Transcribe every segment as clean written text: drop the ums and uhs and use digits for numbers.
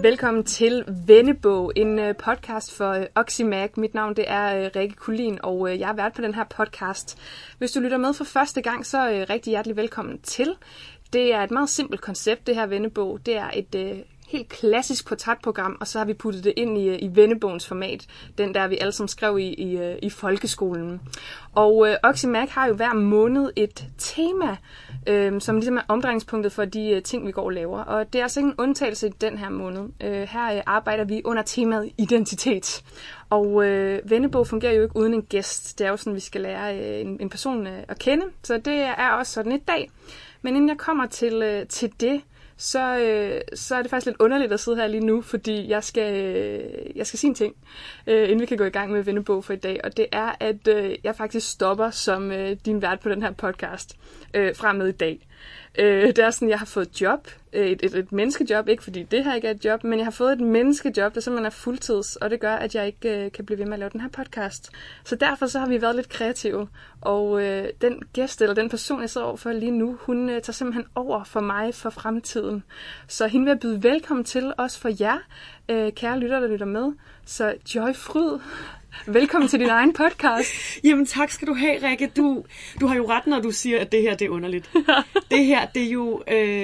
Velkommen til Vennebog, en podcast for Oxymac. Mit navn det er Rikke Kulin, og jeg er vært på den her podcast. Hvis du lytter med for første gang, så rigtig hjertelig velkommen til. Det er et meget simpelt koncept, det her Vennebog. Det er et helt klassisk portrætprogram, og så har vi puttet det ind i Vennebogens format. Den der, vi alle sammen skrev i folkeskolen. Og Oxymac har jo hver måned et tema, som ligesom er omdrejningspunktet for de ting, vi går og laver. Og det er altså ikke en undtagelse i den her måned. Her arbejder vi under temaet identitet. Og Vennebog fungerer jo ikke uden en gæst. Det er jo sådan, vi skal lære en person at kende. Så det er også sådan et dag. Men inden jeg kommer til det, så er det faktisk lidt underligt at sidde her lige nu, fordi jeg skal sige en ting, inden vi kan gå i gang med Vennebog for i dag. Og det er, at jeg faktisk stopper som din vært på den her podcast fra med i dag. Det er sådan, jeg har fået et job, et menneskejob, ikke fordi det her ikke er et job, men jeg har fået et menneskejob, der simpelthen er fuldtids, og det gør, at jeg ikke kan blive ved med at lave den her podcast. Så derfor så har vi været lidt kreative, og den gæst, eller den person, jeg sidder overfor lige nu, hun tager simpelthen over for mig for fremtiden. Så hende vil jeg byde velkommen til, også for jer, kære lytter, der lytter med. Så Joy Fryd, velkommen til din egen podcast. Jamen tak skal du have, Rikke. Du har jo ret, når du siger, at det her det er underligt. Det her, det er jo...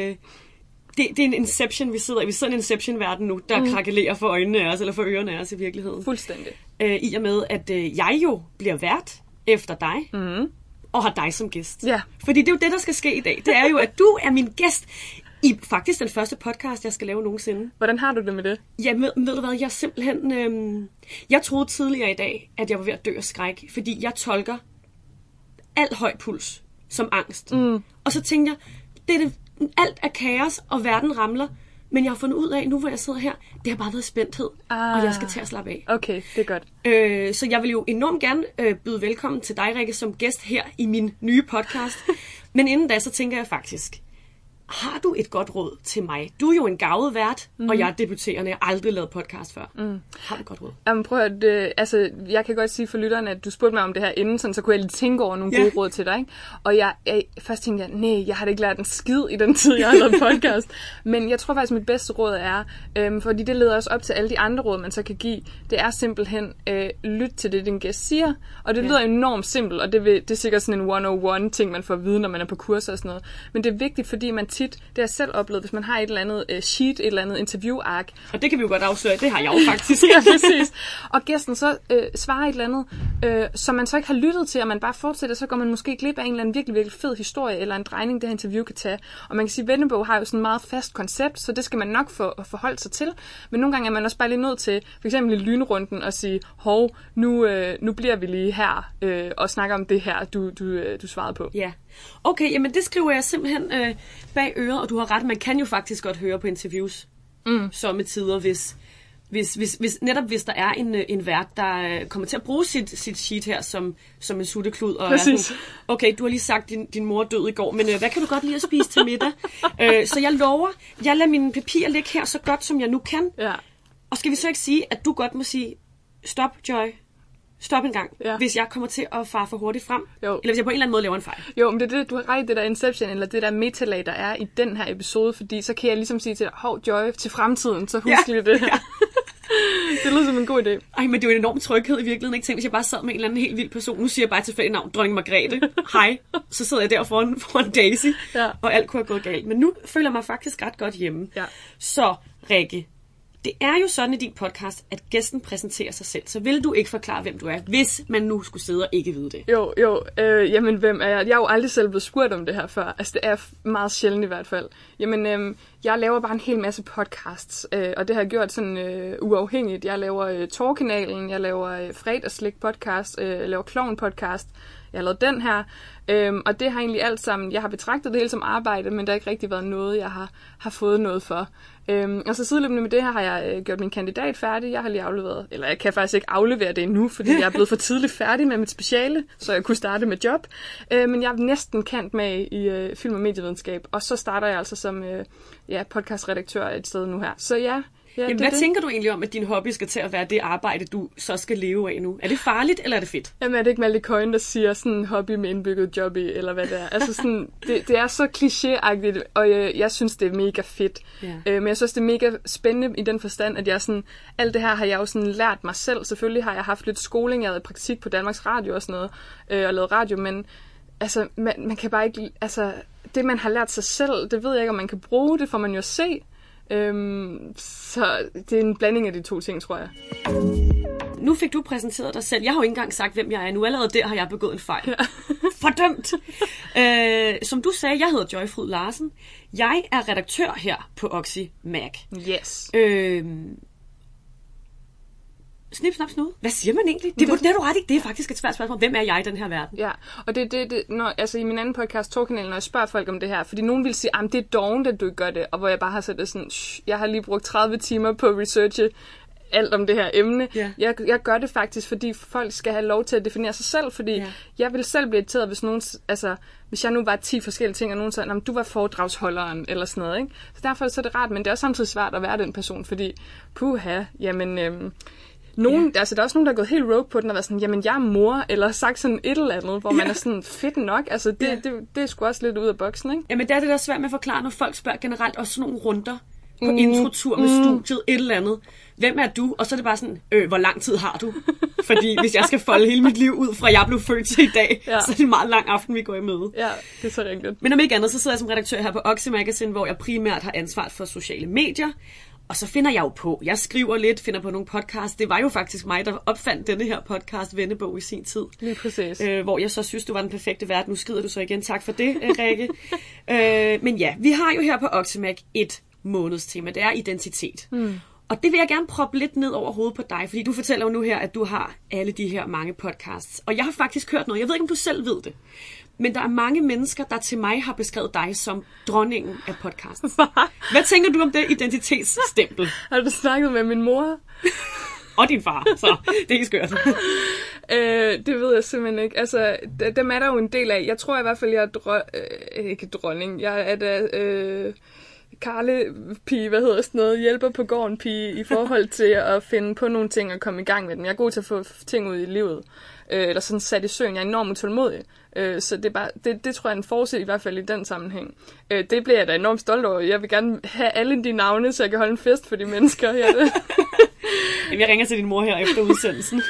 Det er en Inception, vi sidder i en Inception-verden nu, der krakelerer for øjnene af os, eller for ørerne af os i virkeligheden. Fuldstændig. I og med, at jeg jo bliver vært efter dig, og har dig som gæst. Ja. Fordi det er jo det, der skal ske i dag. Det er jo, at du er min gæst i faktisk den første podcast, jeg skal lave nogensinde. Hvordan har du det med det? Ja, ved du hvad, jeg simpelthen... Jeg troede tidligere i dag, at jeg var ved at dø af skræk, fordi jeg tolker alt høj puls som angst. Og så tænkte jeg, alt er kaos, og verden ramler. Men jeg har fundet ud af, nu hvor jeg sidder her, det har bare været spændthed, og jeg skal til at slappe af. Okay, det er godt. Så jeg vil jo enormt gerne byde velkommen til dig, Rikke, som gæst her i min nye podcast. Men inden da, så tænker jeg faktisk, har du et godt råd til mig? Du er jo en garvet vært, og jeg er debuterende. Jeg har aldrig lavet podcast før. Har du et godt råd? Jamen prøv at, jeg kan godt sige for lytterne, at du spurgte mig om det her inden, sådan, så kunne jeg lige tænke over nogle gode råd til dig. Ikke? Og først tænkte jeg, nej, jeg har ikke lært en skid i den tid, jeg har lavet podcast. Men jeg tror faktisk, mit bedste råd er, fordi det leder os op til alle de andre råd, man så kan give, det er simpelthen, lyt til det, din gæst siger. Og det lyder enormt simpelt, og det er sikkert sådan en 101-ting, man får at vide, når man er på kurser og sådan noget. Men det er vigtigt, fordi man det har jeg selv oplevet, hvis man har et eller andet sheet, et eller andet interview-ark. Og det kan vi jo godt afsløre, det har jeg jo faktisk. Ja, præcis. Og gæsten så svarer et eller andet, som man så ikke har lyttet til, og man bare fortsætter, så går man måske glip af en eller anden virkelig, virkelig fed historie, eller en drejning, det her interview kan tage. Og man kan sige, at Vennebog har jo sådan et meget fast koncept, så det skal man nok få forholdt sig til. Men nogle gange er man også bare lige nødt til, for eksempel i lynrunden, at sige, hov, nu bliver vi lige her, og snakker om det her, du svarede på. Ja. Okay, jamen det skriver jeg simpelthen bag øret, og du har ret, man kan jo faktisk godt høre på interviews somme tider, hvis der er en vært, der kommer til at bruge sit sheet her som en sutteklud, og er sådan, okay, du har lige sagt, din mor døde i går, men hvad kan du godt lide at spise til middag? Så jeg lover, jeg lader mine papirer ligge her så godt, som jeg nu kan. Ja. Og skal vi så ikke sige, at du godt må sige, stop, Joy. Stop en gang, hvis jeg kommer til at fare for hurtigt frem. Jo. Eller hvis jeg på en eller anden måde laver en fejl. Jo, men det er det, du har ret i, det der Inception, eller det der metalag, der er i den her episode, fordi så kan jeg ligesom sige til dig, hov, Joy, til fremtiden, så husk lige det her. Ja. Det lyder som en god idé. Ej, men det er jo en enorm tryghed i virkeligheden. Ikke? Tænk, hvis jeg bare sad med en eller anden helt vild person. Nu siger jeg bare tilfældigt navn, dronning Margrethe. Hej. Så sidder jeg der foran Daisy, og alt kunne have gået galt. Men nu føler jeg mig faktisk ret godt hjemme. Ja. Så, Rikke, det er jo sådan i din podcast, at gæsten præsenterer sig selv. Så vil du ikke forklare, hvem du er, hvis man nu skulle sidde og ikke vide det? Jo. Jamen, hvem er jeg? Jeg er jo aldrig selv blevet spurgt om det her før. Altså, det er meget sjældent i hvert fald. Jamen, jeg laver bare en hel masse podcasts, og det har jeg gjort sådan uafhængigt. Jeg laver Torkanalen, jeg laver Fredagsslik podcast, jeg laver Klovn podcast. Jeg har lavet den her, og det har egentlig alt sammen, jeg har betragtet det hele som arbejde, men der har ikke rigtig været noget, jeg har fået noget for. Og så sideløbende med det her har jeg gjort min kandidat færdig. Jeg har lige afleveret, eller jeg kan faktisk ikke aflevere det endnu, fordi jeg er blevet for tidligt færdig med mit speciale, så jeg kunne starte med job. Men jeg er næsten kendt med i film- og medievidenskab, og så starter jeg altså som podcastredaktør et sted nu her. Så ja, Ja, Jamen, hvad tænker du egentlig om, at din hobby skal til at være det arbejde, du så skal leve af nu? Er det farligt, eller er det fedt? Jamen, er det ikke Malte Coyne, der siger sådan en hobby med indbygget job i, eller hvad det er? Altså sådan, det er så klichéagtigt, og jeg synes, det er mega fedt. Ja. Men jeg synes, det er mega spændende i den forstand, at jeg sådan, alt det her har jeg jo sådan lært mig selv. Selvfølgelig har jeg haft lidt skoling, jeg havde praktik på Danmarks Radio og sådan noget, og lavet radio, men altså, man kan bare ikke, altså, det man har lært sig selv, det ved jeg ikke, om man kan bruge, det får man jo at se. Så det er en blanding af de to ting, tror jeg. Nu fik du præsenteret dig selv. Jeg har jo ikke engang sagt, hvem jeg er nu. Allerede der har jeg begået en fejl. Ja. Fordømt! Som du sagde, jeg hedder Joy Fryd Larsen. Jeg er redaktør her på Oxy Mag. Yes. Snip, snap, snude. Hvad siger man egentlig? Det er du ret ikke. Det er faktisk et svært spørgsmål. Hvem er jeg i den her verden? Ja, og det altså i min anden podcast, Torkanalen, når jeg spørger folk om det her, fordi nogen vil sige, det er dovent, at du ikke gør det, og hvor jeg bare har sat det sådan, jeg har lige brugt 30 timer på at researche alt om det her emne. Yeah. Jeg gør det faktisk, fordi folk skal have lov til at definere sig selv, fordi jeg vil selv blive irriteret, hvis jeg nu var 10 forskellige ting, og nogen sagde, du var foredragsholderen, eller sådan noget, ikke? Så derfor så er det rart, men det er også samtidig svært at være den person, fordi, altså, der er også nogen, der er gået helt rogue på den og været sådan, jamen, jeg er mor, eller sagt sådan et eller andet, hvor man er sådan, fedt nok. Altså, det er sgu også lidt ud af boksen, ikke? Jamen, det er det, der er svært med at forklare, når folk spørger generelt også sådan nogle runder på introtur med studiet, et eller andet. Hvem er du? Og så er det bare sådan, hvor lang tid har du? Fordi hvis jeg skal folde hele mit liv ud, fra jeg blev født til i dag, så er det en meget lang aften, vi går i møde. Ja, det er så rigtigt. Men om ikke andet, så sidder jeg som redaktør her på Oxy Magazine, hvor jeg primært har ansvar for sociale medier. Og så finder jeg jo på. Jeg skriver lidt, finder på nogle podcasts. Det var jo faktisk mig, der opfandt denne her podcast, Vennebog, i sin tid. Lige præcis. Hvor jeg så synes, du var den perfekte vært. Nu skrider du så igen. Tak for det, Rikke. Men ja, vi har jo her på Oxy Mag et månedstema. Det er identitet. Og det vil jeg gerne proppe lidt ned over hovedet på dig, fordi du fortæller jo nu her, at du har alle de her mange podcasts. Og jeg har faktisk hørt noget. Jeg ved ikke, om du selv ved det. Men der er mange mennesker, der til mig har beskrevet dig som dronningen af podcasts. Hvad tænker du om det identitetsstempel? Har du snakket med min mor? Og din far, så det er ikke skørt. Det ved jeg simpelthen ikke. Altså, dem er der jo en del af. Jeg tror i hvert fald, jeg er ikke dronning. Jeg er da Karle-pige, hjælper på gården pige i forhold til at finde på nogle ting og komme i gang med dem. Jeg er god til at få ting ud i livet. Eller sådan sat i søen. Jeg er enormt utålmodig. Så det er bare, det tror jeg er en forskel i hvert fald i den sammenhæng. Det bliver jeg da enormt stolt over. Jeg vil gerne have alle de navne, så jeg kan holde en fest for de mennesker her. Jeg ringer til din mor her efter udsendelsen.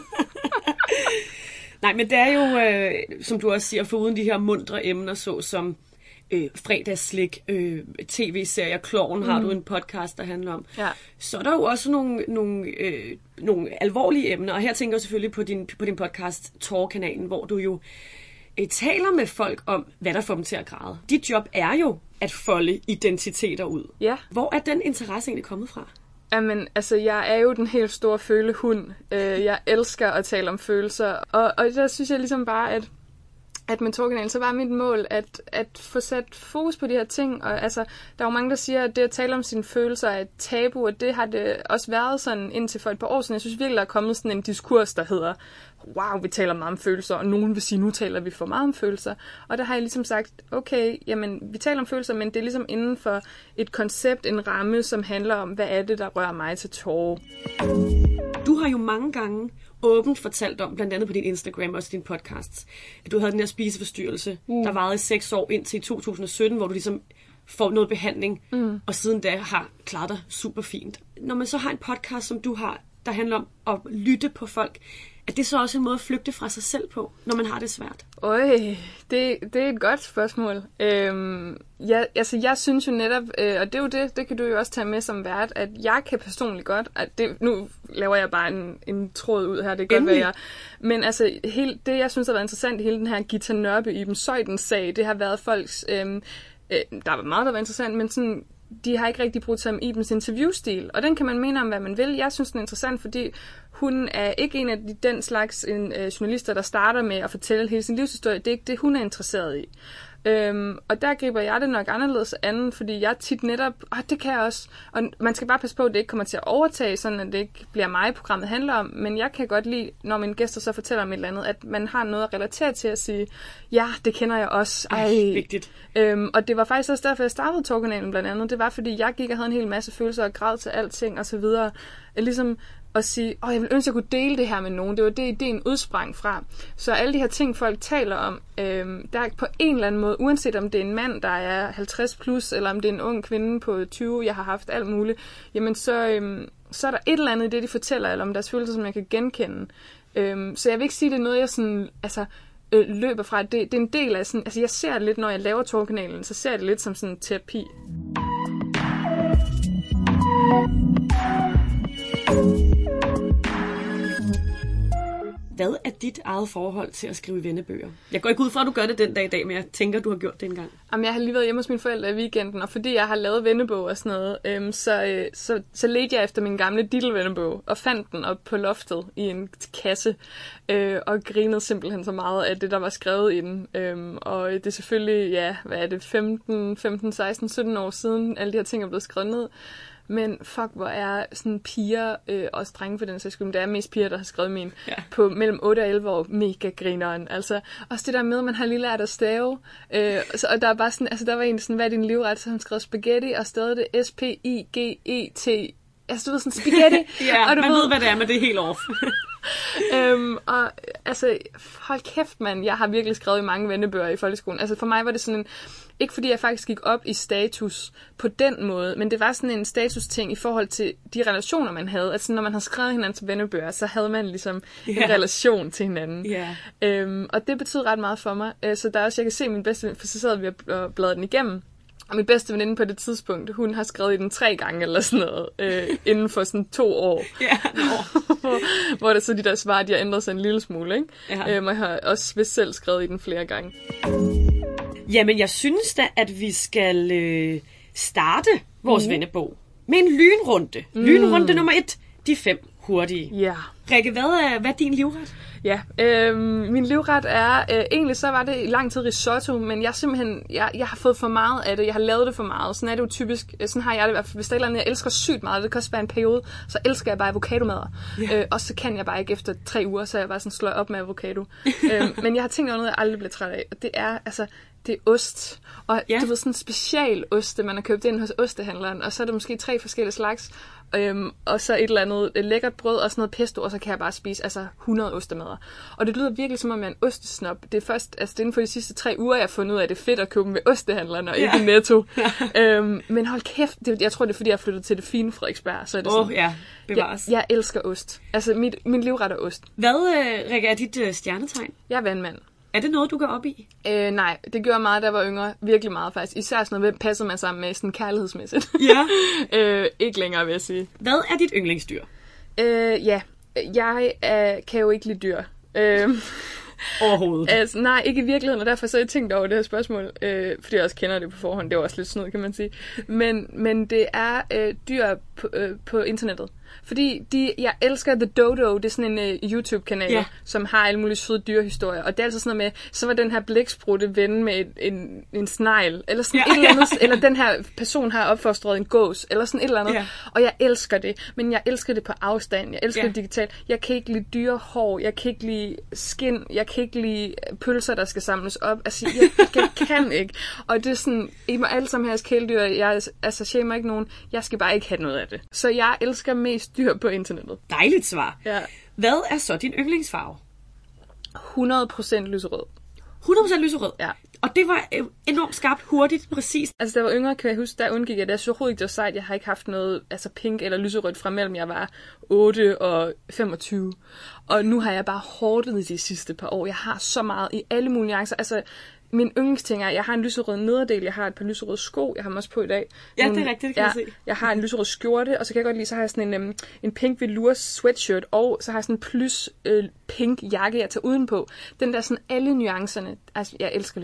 Nej, men det er jo, som du også siger, foruden de her mundre emner, så som fredagsslik, tv-serier, Klovn har du en podcast, der handler om. Ja. Så er der jo også nogle alvorlige emner, og her tænker jeg selvfølgelig på din podcast, Torkanalen, hvor du jo taler med folk om, hvad der får dem til at græde. Dit job er jo at folde identiteter ud. Ja. Hvor er den interesse egentlig kommet fra? Jamen, altså, jeg er jo den helt store følehund. Jeg elsker at tale om følelser, og der synes jeg ligesom bare, at med Torkanalen, så var mit mål at få sat fokus på de her ting. Og altså, der er jo mange, der siger, at det at tale om sine følelser er et tabu, og det har det også været sådan indtil for et par år siden. Jeg synes virkelig, der er kommet sådan en diskurs, der hedder, wow, vi taler meget om følelser, og nogen vil sige, nu taler vi for meget om følelser. Og der har jeg ligesom sagt, okay, jamen, vi taler om følelser, men det er ligesom inden for et koncept, en ramme, som handler om, hvad er det, der rører mig til tårer. Du har jo mange gange åbent fortalt om, blandt andet på din Instagram og også din podcasts, at du havde den her spiseforstyrrelse, der varede i 6 år indtil i 2017, hvor du ligesom får noget behandling, og siden da har klaret dig super fint. Når man så har en podcast, som du har, der handler om at lytte på folk, er det så også en måde at flygte fra sig selv på, når man har det svært? Det er et godt spørgsmål. Jeg synes jo netop, og det er jo det kan du jo også tage med som vært, at jeg kan personligt godt, nu laver jeg bare en tråd ud her, det kan godt være jeg. Men altså, det jeg synes har været interessant i hele den her Gita Nørby Iben Zeuthen sag, det har været folks, der var meget, der var interessant, men sådan, de har ikke rigtig brugt sig om Ibens interviewstil, og den kan man mene om, hvad man vil. Jeg synes, den er interessant, fordi hun er ikke en af den slags journalister, der starter med at fortælle hele sin livshistorie. Det er ikke det, hun er interesseret i. Og der griber jeg det nok anderledes an, fordi jeg tit netop, det kan jeg også, og man skal bare passe på, at det ikke kommer til at overtage, sådan at det ikke bliver mig, programmet handler om, men jeg kan godt lide, når mine gæster så fortæller om et eller andet, at man har noget at relatere til at sige, ja, det kender jeg også. Vigtigt. Og det var faktisk også derfor, jeg startede Torkanalen blandt andet. Det var, fordi jeg gik og havde en hel masse følelser og græd til alting og så videre. Ligesom at sige, jeg vil ønske, at jeg kunne dele det her med nogen. Det var det, ideen udsprang fra. Så alle de her ting, folk taler om, der er på en eller anden måde, uanset om det er en mand, der er 50 plus, eller om det er en ung kvinde på 20, jeg har haft alt muligt, jamen så er der et eller andet i det, de fortæller, eller om deres følelser, som jeg kan genkende. Så jeg vil ikke sige, det er noget, jeg sådan, løber fra. Det er en del af sådan, jeg ser det lidt, når jeg laver Torkanalen, så ser jeg det lidt som sådan en terapi. Hvad er dit eget forhold til at skrive vennebøger? Jeg går ikke ud fra, at du gør det den dag i dag, men jeg tænker, du har gjort det engang. Jamen, jeg har lige været hjemme hos mine forældre i weekenden, og fordi jeg har lavet vennebog og sådan noget, så ledte jeg efter min gamle Diddle-vennebog, og fandt den op på loftet i en kasse, og grinede simpelthen så meget af det, der var skrevet i den. Og det er selvfølgelig, 15, 16, 17 år siden, alle de her ting er blevet skrevet ned. Men fuck, hvor er sådan piger, og drenge for den sags skyld, det er mest piger, der har skrevet min, på mellem 8 og 11 år, mega grineren. Altså, også det der med, at man har lige lært at stave. Og der er bare sådan, der var en sådan, hvad er din livret? Så han skrev spaghetti, og stadig det S-P-I-G-E-T. Altså, du ved sådan, spaghetti. Og du ved, hvad det er, men det er helt off. Hold kæft, mand. Jeg har virkelig skrevet i mange vennebøger i folkeskolen. Altså, for mig var det sådan en, ikke fordi jeg faktisk gik op i status på den måde, men det var sådan en status-ting i forhold til de relationer, man havde. Altså, når man havde skrevet hinanden til vennebøger, så havde man ligesom en relation til hinanden. Og det betød ret meget for mig. Så der er også, jeg kan se min bedste ven, for så sad vi og bladrede den igennem. Og min bedste veninde på det tidspunkt, hun har skrevet i den 3 gange eller sådan noget, inden for sådan 2 år. Hvor det så de der svar, de har ændret sig en lille smule, ikke? Og jeg har også vist selv skrevet i den flere gange. Jamen, jeg synes da, at vi skal starte vores vennebog med en lynrunde. Lynrunde nummer 1. De 5 hurtige. Ja. Rikke, hvad er din livret? Ja, min livret er, egentlig så var det i lang tid risotto, men jeg simpelthen, jeg har fået for meget af det, jeg har lavet det for meget, sådan er det jo typisk, sådan har jeg det i hvert fald, hvis der er et eller andet, jeg elsker sygt meget, det kan også være en periode, så elsker jeg bare avocadomadder, og så kan jeg bare ikke efter 3 uger, så jeg bare sådan slår op med avocado, men jeg har tænkt over noget, jeg aldrig bliver træt af, og det er, det er ost, og du ved, sådan en specialost, man har købt ind hos ostehandleren, og så er der måske 3 forskellige slags, og så et eller andet lækkert brød og sådan noget pesto, og så kan jeg bare spise 100 ostemadder. Og det lyder virkelig som om jeg er en ostesnop. Det er først, det er inden for de sidste 3 uger, jeg har fundet ud af, at det er fedt at købe dem ved ostehandleren og ikke i Netto. Men hold kæft, jeg tror det er fordi, jeg har flyttet til det fine Frederiksberg, så er det sådan. bevares. Jeg elsker ost. Altså min livret er ost. Hvad, Rikke, er dit stjernetegn? Jeg er vandmand. Er det noget, du går op i? Nej, det gjorde jeg meget, da jeg var yngre. Virkelig meget faktisk. Især sådan noget, passede man sammen med sådan kærlighedsmæssigt. Ja. Ikke længere, vil jeg sige. Hvad er dit yndlingsdyr? Jeg kan jo ikke lide dyr. Overhovedet. Altså, nej, ikke i virkeligheden, og derfor så har jeg tænkt over det her spørgsmål, fordi jeg også kender det på forhånd. Det er også lidt snyd, kan man sige. Men det er dyr på internettet. Fordi jeg elsker The Dodo, det er sådan en YouTube-kanal, som har alle mulige søde dyrehistorier. Og det er altså sådan noget med, så var den her blæksprutte ven med en snegl, eller sådan et eller andet, eller den her person har opfostret en gås, eller sådan et eller andet. Og jeg elsker det, men jeg elsker det på afstand, jeg elsker det digitalt. Jeg kan ikke lide dyrehår, jeg kan ikke lide skin, jeg kan ikke lide pølser, der skal samles op. Altså, jeg kan ikke. Og det er sådan, I må alle sammen have kæledyr, jeg shamer ikke nogen, jeg skal bare ikke have noget af det. Så jeg elsker mest dyr på internettet. Dejligt svar. Ja. Hvad er så din yndlingsfarve? 100% lyserød. 100% lyserød? Ja. Og det var enormt skarpt, hurtigt, præcist. Altså, da jeg var yngre, kan jeg huske, der undgik jeg det. Jeg synes overhovedet ikke, det var sejt. Jeg har ikke haft noget pink eller lyserødt fra mellem jeg var 8 og 25. Og nu har jeg bare hårdet i de sidste par år. Jeg har så meget i alle mulige nuancer. Altså, min yndlingsting er, jeg har en lyserød nederdel, jeg har et par lyserøde sko, jeg har dem også på i dag. Ja, det er rigtigt, det kan jeg se. Jeg har en lyserød skjorte, og så kan jeg godt lide, så har jeg sådan en pink velour sweatshirt, og så har jeg sådan en plus pink jakke, jeg tager udenpå. Den der sådan alle nuancerne, altså jeg elsker lyserød.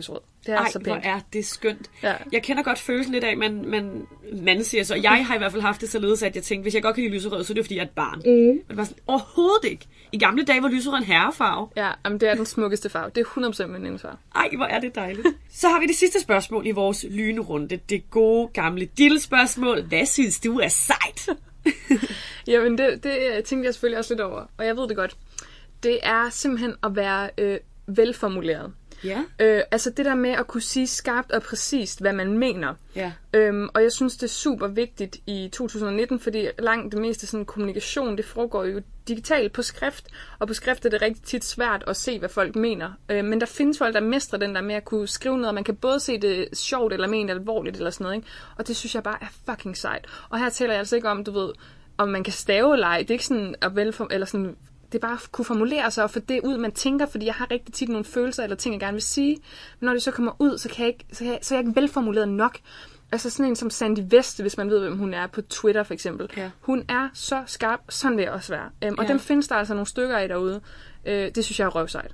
Det er så pænt. Hvor er det skønt. Ja. Jeg kender godt følelsen lidt af, man siger så. Jeg har i hvert fald haft det således, at jeg tænkte, hvis jeg godt kan lide lyserød, så er det fordi, jeg er et barn. Men det var sådan, overhovedet ikke. I gamle dage var lyserød en herrefarve. Ja, men det er den smukkeste farve. Det er 100% min yndlingsfarve. Ej, hvor er det dejligt. Så har vi det sidste spørgsmål i vores lynrunde. Det gode, gamle dille-spørgsmål. Hvad synes du er sejt? Jamen, det tænkte jeg selvfølgelig også lidt over. Og jeg ved det godt. Det er simpelthen at være velformuleret. Ja. Altså det der med at kunne sige skarpt og præcist, hvad man mener. Ja. Og jeg synes, det er super vigtigt i 2019, fordi langt det meste sådan kommunikation, det foregår jo digitalt på skrift. Og på skrift er det rigtig tit svært at se, hvad folk mener. Men der findes folk, der mestrer den der med at kunne skrive noget, og man kan både se det sjovt eller mene alvorligt eller sådan noget. Ikke? Og det synes jeg bare er fucking sejt. Og her taler jeg altså ikke om, du ved, om man kan stave eller ej. Det er ikke sådan at eller sådan. Det er bare at kunne formulere sig og få det ud, man tænker, fordi jeg har rigtig tit nogle følelser eller ting, jeg gerne vil sige. Men når det så kommer ud, så er jeg ikke velformuleret nok. Altså sådan en som Sandy West, hvis man ved, hvem hun er på Twitter for eksempel. Ja. Hun er så skarp, sådan vil jeg også være. Og dem findes der altså nogle stykker af derude. Det synes jeg er røvsejt.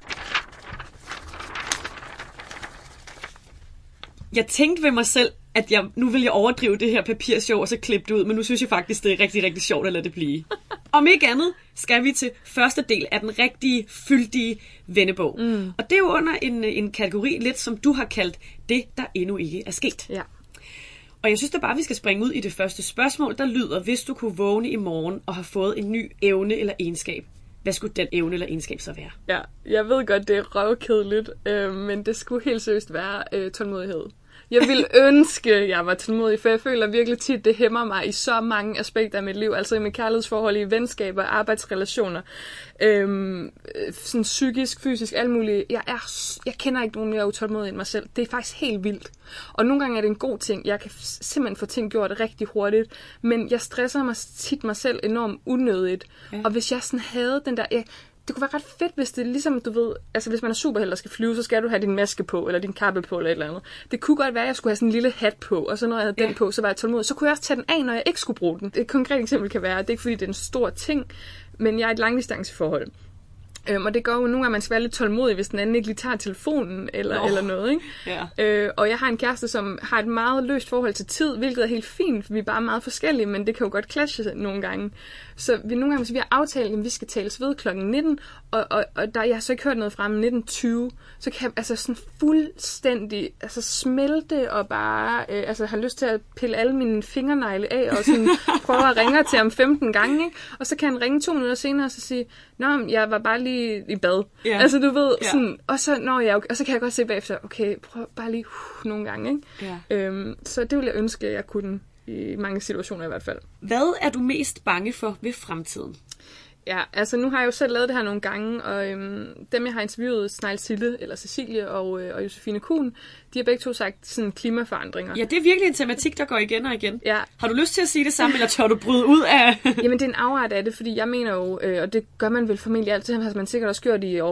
Jeg tænkte ved mig selv, at nu vil jeg overdrive det her papirshow, og så klippe det ud, men nu synes jeg faktisk, det er rigtig, rigtig sjovt at lade det blive. Om ikke andet skal vi til første del af den rigtige, fyldige vennebog. Og det er jo under en kategori, lidt som du har kaldt det, der endnu ikke er sket. Ja. Og jeg synes da bare, vi skal springe ud i det første spørgsmål, der lyder, hvis du kunne vågne i morgen og have fået en ny evne eller egenskab. Hvad skulle den evne eller egenskab så være? Ja, jeg ved godt, det er røvkedeligt, men det skulle helt seriøst være tålmodighed. Jeg vil ønske, at jeg var tålmodig, for jeg føler virkelig tit, det hæmmer mig i så mange aspekter af mit liv. Altså i mit kærlighedsforhold, i venskaber, arbejdsrelationer, sådan psykisk, fysisk, alt muligt. Jeg kender ikke nogen mere utålmodig end mig selv. Det er faktisk helt vildt. Og nogle gange er det en god ting. Jeg kan simpelthen få ting gjort rigtig hurtigt. Men jeg stresser mig selv enormt unødigt. Ja. Og hvis jeg sådan havde den der... Det kunne være ret fedt, hvis det ligesom, du ved, altså hvis man er superheld og skal flyve, så skal du have din maske på, eller din kappe på, eller et eller andet. Det kunne godt være, at jeg skulle have sådan en lille hat på, og så når jeg havde den på, så var jeg tålmodig. Så kunne jeg også tage den af, når jeg ikke skulle bruge den. Et konkret eksempel kan være, det er ikke fordi, det er en stor ting, men jeg er i et langdistanceforhold. Og det går jo nogle gange, at man skal være lidt tålmodig, hvis den anden ikke lige tager telefonen eller noget. Ikke? Ja. Og jeg har en kæreste, som har et meget løst forhold til tid, hvilket er helt fint, for vi er bare meget forskellige, men det kan jo godt clashe nogle gange. Så nogle gange, hvis vi har aftalt, at vi skal tales ved kl. 19, og der jeg har så ikke hørt noget fra 19:20, så kan jeg altså sådan fuldstændig smelte og bare have lyst til at pille alle mine fingernegle af og sådan prøve at ringe til ham 15 gange. Ikke? Og så kan han ringe 2 minutter senere og så sige, nå, jeg var bare lige i bad. Yeah. Altså du ved, sådan, og så kan jeg godt se bagefter, okay, prøv bare lige nogle gange. Ikke? Yeah. Så det ville jeg ønske, at jeg kunne i mange situationer i hvert fald. Hvad er du mest bange for ved fremtiden? Ja, altså nu har jeg jo selv lavet det her nogle gange, og dem jeg har interviewet, Snegl Sille, eller Cecilie og Josefine Kuhn, de har begge to sagt sådan klimaforandringer. Ja, det er virkelig en tematik, der går igen og igen. Ja. Har du lyst til at sige det samme, eller tør du bryde ud af? Jamen, det er en afart af det, fordi jeg mener jo, og det gør man vel formentlig altid, har man sikkert også gjort i år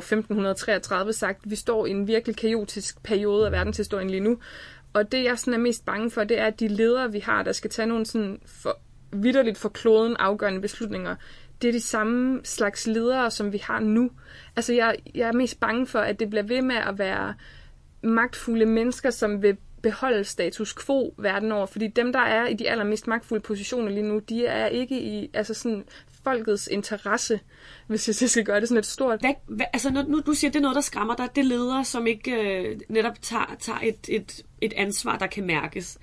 1533 sagt, vi står i en virkelig kaotisk periode af verdenshistorien lige nu. Og det, jeg sådan er mest bange for, det er, at de ledere, vi har, der skal tage nogle sådan vitterligt for kloden afgørende beslutninger, det er de samme slags ledere, som vi har nu. Altså, jeg er mest bange for, at det bliver ved med at være magtfulde mennesker, som vil beholde status quo verden over. Fordi dem, der er i de allermest magtfulde positioner lige nu, de er ikke i sådan folkets interesse, hvis jeg skal gøre det sådan lidt stort. Altså, når du siger, det er noget, der skræmmer dig, det er ledere, som ikke netop tager et ansvar, der kan mærkes.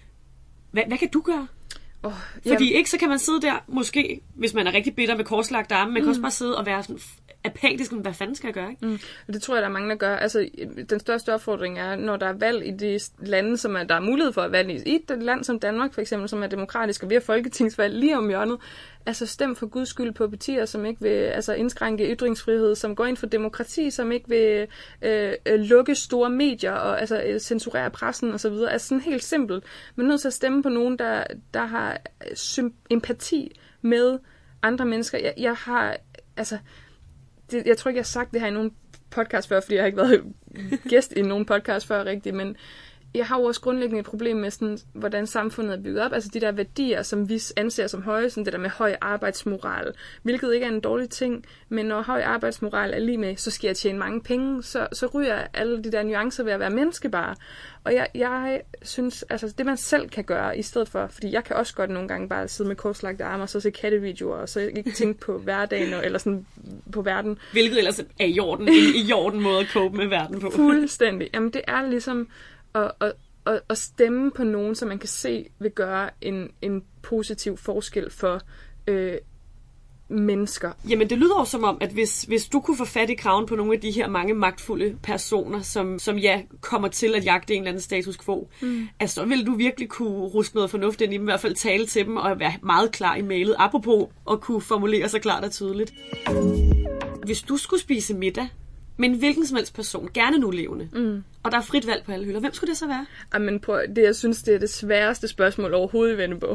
Hvad kan du gøre? Fordi ikke så kan man sidde der, måske, hvis man er rigtig bitter med korslagte arme, man kan også bare sidde og være sådan apatisk, hvad fanden skal jeg gøre, ikke? Det tror jeg, der er mange, der gør. Altså, den største opfordring er, når der er valg i de lande, som der er mulighed for at valge i et land som Danmark, for eksempel, som er demokratisk, og vi har folketingsvalg lige om hjørnet, altså stem for guds skyld på partier, som ikke vil indskrænke ytringsfrihed, som går ind for demokrati, som ikke vil lukke store medier og censurere pressen osv. Altså sådan helt simpelt. Man er nødt til at stemme på nogen, der har empati med andre mennesker. Jeg har jeg tror ikke, jeg har sagt det her i nogen podcast før, fordi jeg har ikke været gæst i nogen podcast før rigtigt, men jeg har jo også grundlæggende et problem med, sådan, hvordan samfundet er bygget op. Altså de der værdier, som vi anser som høje, sådan det der med høj arbejdsmoral, hvilket ikke er en dårlig ting, men når høj arbejdsmoral er lige med, så skal jeg tjene mange penge, så ryger alle de der nuancer ved at være menneske bare. Og jeg synes, altså det man selv kan gøre i stedet for, fordi jeg kan også godt nogle gange bare sidde med korslagte arme og så se kattevideoer, og så ikke tænke på hverdagen, eller sådan på verden. Hvilket ellers er i orden måde at cope med verden på. Fuldstændig. Jamen det er ligesom at stemme på nogen, som man kan se vil gøre en positiv forskel for mennesker. Jamen det lyder jo som om, at hvis du kunne få fat i kraven på nogle af de her mange magtfulde personer, som kommer til at jagte en eller anden status quo, altså så ville du virkelig kunne ruske noget fornuft ind i dem, i hvert fald tale til dem og være meget klar i mailet, apropos at kunne formulere sig klart og tydeligt. Hvis du skulle spise middag med en hvilken som helst person, gerne nu levende, og der er frit valg på alle hylder, hvem skulle det så være? Jamen, jeg synes, det er det sværeste spørgsmål overhovedet i Vennebog.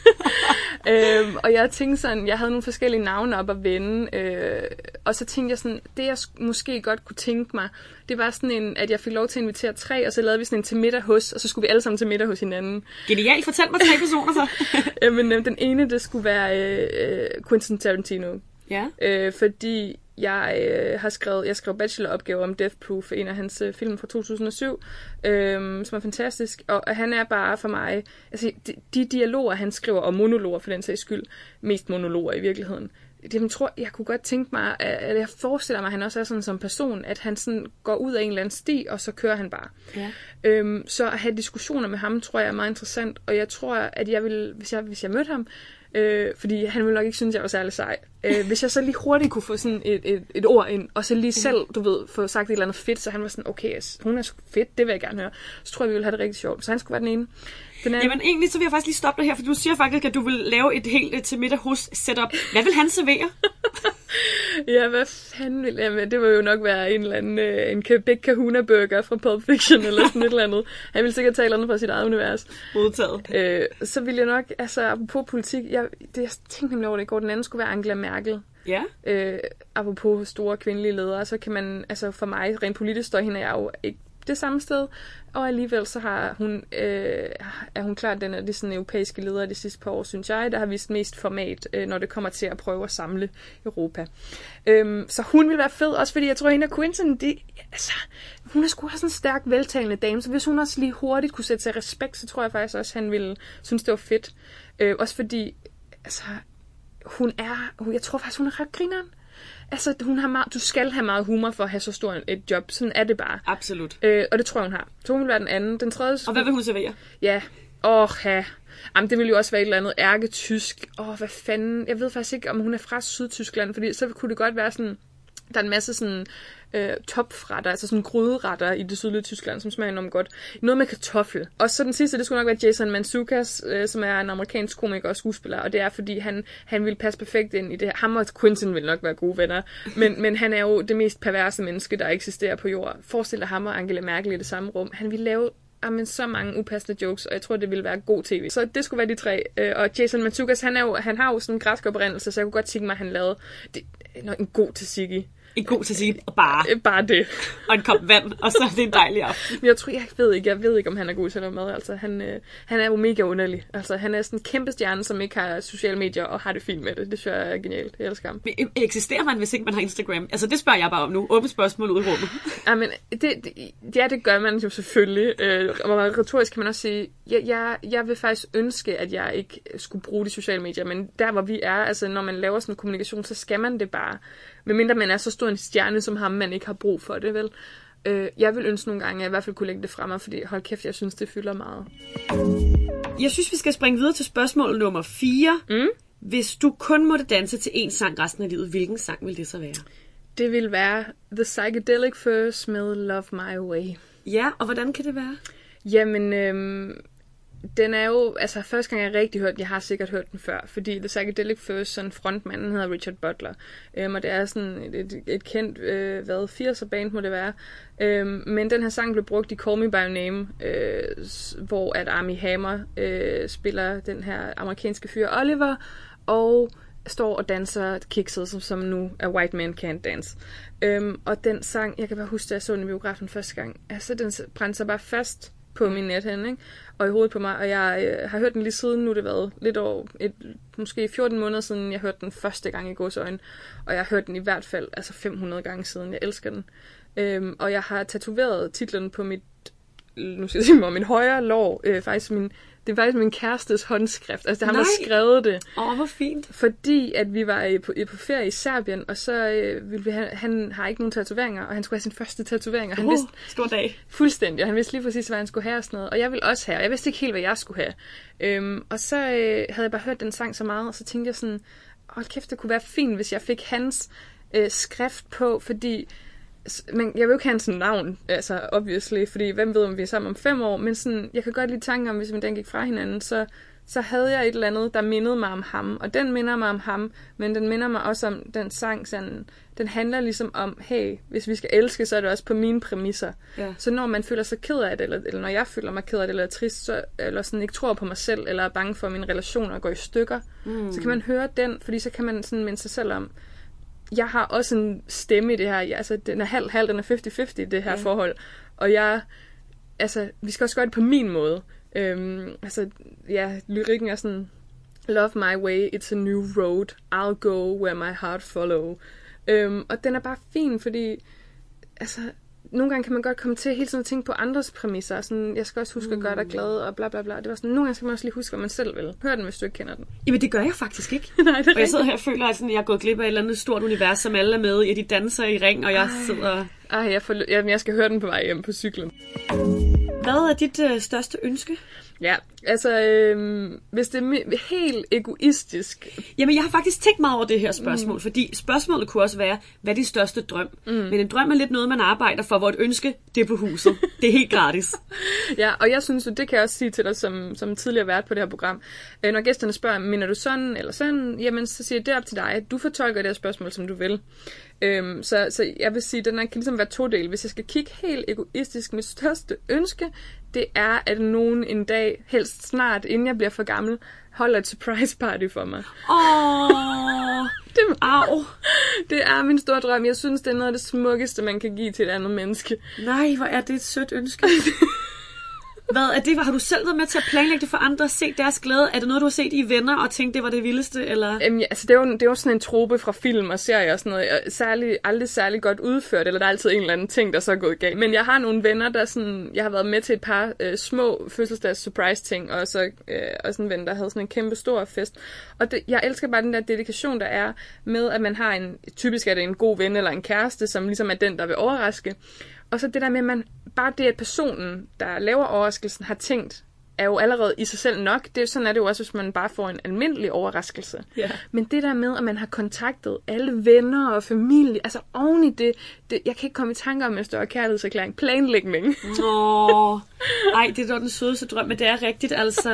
Og jeg tænkte sådan, jeg havde nogle forskellige navne op at vende, og så tænkte jeg sådan, det jeg måske godt kunne tænke mig, det var sådan at jeg fik lov til at invitere 3, og så lavede vi sådan en til middag hos, og så skulle vi alle sammen til middag hos hinanden. Genialt, fortæl mig 3 personer så. Jamen, den ene, det skulle være Quentin Tarantino. Ja. Fordi jeg skrev bacheloropgave om Death Proof, en af hans film fra 2007, som er fantastisk, og han er bare for mig, altså de dialoger, han skriver, og monologer for den sags skyld, mest monologer i virkeligheden, jeg kunne godt tænke mig, at jeg forestiller mig, at han også er sådan som person, at han sådan går ud af en eller anden sti, og så kører han bare. Ja. Så at have diskussioner med ham, tror jeg er meget interessant, og jeg tror, at jeg vil, hvis jeg mødte ham, fordi han ville nok ikke synes, jeg var særlig sej. Hvis jeg så lige hurtigt kunne få sådan et ord ind, og så lige selv, du ved, få sagt et eller andet fedt, så han var sådan, okay, hun er så fedt, det vil jeg gerne høre. Så tror jeg, vi ville have det rigtig sjovt. Så han skulle være den ene. Jamen egentlig, så vil jeg faktisk lige stoppe dig her, for du siger faktisk, at du vil lave et helt til middag hos setup. Hvad vil han servere? Ja, hvad fanden vil jeg? Det vil jo nok være en eller anden en Big Kahuna Burger fra Pulp Fiction, eller sådan et eller andet. Han ville sikkert tage et eller andet fra sit eget univers. Modtaget. Så ville jeg nok, altså apropos politik, jeg tænkte nemlig over det i går, den anden skulle være Angela Merkel. Ja. Apropos store kvindelige ledere, så kan man, altså for mig, rent politisk står hende jeg jo ikke det samme sted, og alligevel så er hun klart den af de sådan europæiske ledere de sidste par år, synes jeg, der har vist mest format, når det kommer til at prøve at samle Europa. Så hun vil være fed, også fordi jeg tror, hende og Quentin, hun er sgu også sådan en stærk, veltalende dame, så hvis hun også lige hurtigt kunne sætte sig respekt, så tror jeg faktisk også, han ville synes, det var fedt. Også fordi, altså, jeg tror faktisk, hun er ret grineren. Altså, du skal have meget humor for at have så stor et job. Sådan er det bare. Absolut. Og det tror jeg, hun har. Så hun vil være den anden. Den tredje... Og hvad vil hun servere? Ja. Jamen, det ville jo også være et eller andet ærketysk. Hvad fanden? Jeg ved faktisk ikke, om hun er fra Sydtyskland, fordi så kunne det godt være sådan... Der er en masse sådan topfretter, altså sådan gryderetter i det sydlige Tyskland, som smager enormt godt. Noget med kartoffel. Og så den sidste, det skulle nok være Jason Mantzoukas, som er en amerikansk komiker og skuespiller, og det er fordi, han vil passe perfekt ind i det her. Ham og Quentin vil nok være gode venner, men han er jo det mest perverse menneske, der eksisterer på jorden. Forestil dig ham og Angela Merkel i det samme rum. Han vil lave så mange upassende jokes, og jeg tror, det ville være god tv. Så det skulle være de 3. Og Jason Mantzoukas, han har jo sådan en græsk oprindelse, så jeg kunne godt tænke mig, at han lavede en god tzatziki. En god tzatziki, og bare det. Og en kop vand, og så er det en dejlig aften. Men jeg ved ikke, om han er god til at lave mad. Altså, han er jo mega underlig. Altså, han er sådan en kæmpe stjerne, som ikke har sociale medier og har det fint med det. Det synes jeg er genialt. Jeg elsker ham. Men eksisterer man, hvis ikke man har Instagram? Altså, det spørger jeg bare om nu. Åbent spørgsmål ud i rummet. Jamen, det gør man jo selvfølgelig. Og retorisk kan man også sige, jeg vil faktisk ønske, at jeg ikke skulle bruge de sociale medier, men der, hvor vi er, altså, når man laver sådan en kommunikation, så skal man det bare. Medmindre man er så stor en stjerne som ham, man ikke har brug for det, vel? Jeg vil ønske nogle gange, at jeg i hvert fald kunne lægge det frem, fordi hold kæft, jeg synes, det fylder meget. Jeg synes, vi skal springe videre til spørgsmål nummer 4. Hvis du kun måtte danse til én sang resten af livet, hvilken sang vil det så være? Det vil være The Psychedelic Furs med Love My Way. Ja, og hvordan kan det være? Jamen, den er jo, altså første gang jeg rigtig hørte den, jeg har sikkert hørt den før, fordi The Psychedelic Furs, sådan frontmanden hedder Richard Butler, og det er sådan et kendt, 80'er band må det være, men den her sang blev brugt i Call Me By Your Name, hvor at Armie Hammer spiller den her amerikanske fyr Oliver, og står og danser kikset, som nu er White Man Can't Dance. Og den sang, jeg kan bare huske, da jeg så den i biografen første gang, altså den brændte sig bare fast på min nethænde, ikke? Og i hovedet på mig, og jeg har hørt den lige siden, nu det været lidt over, måske 14 måneder siden, jeg hørte den første gang i gåseøjne, og jeg har hørt den i hvert fald 500 gange siden, jeg elsker den. Og jeg har tatoveret titlen på min højre lår, det er faktisk min kærestes håndskrift. Altså, det har han skrevet det. Hvor fint. Fordi, at vi var på ferie i Serbien, og så ville han har ikke nogen tatoveringer, og han skulle have sin første tatovering. Og han vidste, stor dag. Fuldstændig, og han vidste lige præcis, hvad han skulle have og sådan noget. Og jeg ville også have, og jeg vidste ikke helt, hvad jeg skulle have. Og så havde jeg bare hørt den sang så meget, og så tænkte jeg sådan, hold kæft, det kunne være fint, hvis jeg fik hans skrift på, fordi... Men jeg vil jo ikke have hans navn, altså obviously, fordi hvem ved, om vi er sammen om 5 år, men sådan, jeg kan godt lide tanken om, hvis vi den gik fra hinanden, så havde jeg et eller andet, der mindede mig om ham, og den minder mig om ham, men den minder mig også om den sang, sådan, den handler ligesom om, hey, hvis vi skal elske, så er det også på mine præmisser. Ja. Så når man føler sig ked af det, eller når jeg føler mig ked af det, eller er trist, eller sådan ikke tror på mig selv, eller er bange for, at mine relationer går i stykker, så kan man høre den, fordi så kan man sådan minde sig selv om, jeg har også en stemme i det her. Altså, den er halv, den er 50-50 i det her forhold. Og vi skal også gøre det på min måde. Lyrikken er sådan, love my way, it's a new road. I'll go where my heart follow. Og den er bare fin, fordi nogle gange kan man godt komme til hele tiden at tænke på andres præmisser. Sådan, jeg skal også huske at gøre dig glad, og bla bla bla. Det var sådan, nogle gange skal man også lige huske, hvad man selv vil. Hør den, hvis du ikke kender den. Jamen, det gør jeg faktisk ikke. Nej, det er og jeg sidder her og føler, at jeg er gået glip af et eller andet stort univers, som alle er med i. De danser i ring, og jeg sidder... Jeg skal høre den på vej hjem på cyklen. Hvad er dit største ønske? Ja, hvis det er helt egoistisk... Jamen, jeg har faktisk tænkt meget over det her spørgsmål, fordi spørgsmålet kunne også være, hvad er din største drøm? Men en drøm er lidt noget, man arbejder for, hvor et ønske, det er på huset. Det er helt gratis. Ja, og jeg synes, det kan jeg også sige til dig, som tidligere vært på det her program. Når gæsterne spørger, mener du sådan eller sådan? Jamen, så siger jeg, det er op til dig. Du fortolker det her spørgsmål, som du vil. Så jeg vil sige, at den kan ligesom være todel. Hvis jeg skal kigge helt egoistisk, mit største ønske, det er, at nogen en dag, helst snart, inden jeg bliver for gammel, holder et surprise party for mig. Det er min store drøm. Jeg synes, det er noget af det smukkeste, man kan give til et andet menneske. Nej, hvor er det et sødt ønske. Hvad er det? Har du selv været med til at planlægge det for andre, set deres glæde? Er det noget, du har set i Venner og tænkt, det var det vildeste? Eller? Det er jo sådan en trope fra film og serier og sådan noget. Aldrig særlig godt udført, eller der er altid en eller anden ting, der så er gået galt. Men jeg har nogle venner, der sådan... Jeg har været med til et par små fødselsdags surprise ting, og så også en ven, der havde sådan en kæmpe stor fest. Og jeg elsker bare den der dedikation, der er med, at man har typisk er det en god ven eller en kæreste, som ligesom er den, der vil overraske. Og så det der med, bare det, at personen, der laver overraskelsen, har tænkt, er jo allerede i sig selv nok. Sådan er det jo også, hvis man bare får en almindelig overraskelse. Yeah. Men det der med, at man har kontaktet alle venner og familie, altså oven i det jeg kan ikke komme i tanker om en større kærlighedserklæring. Planlægning. Ej, det er da den sødeste drøm, men det er rigtigt, altså...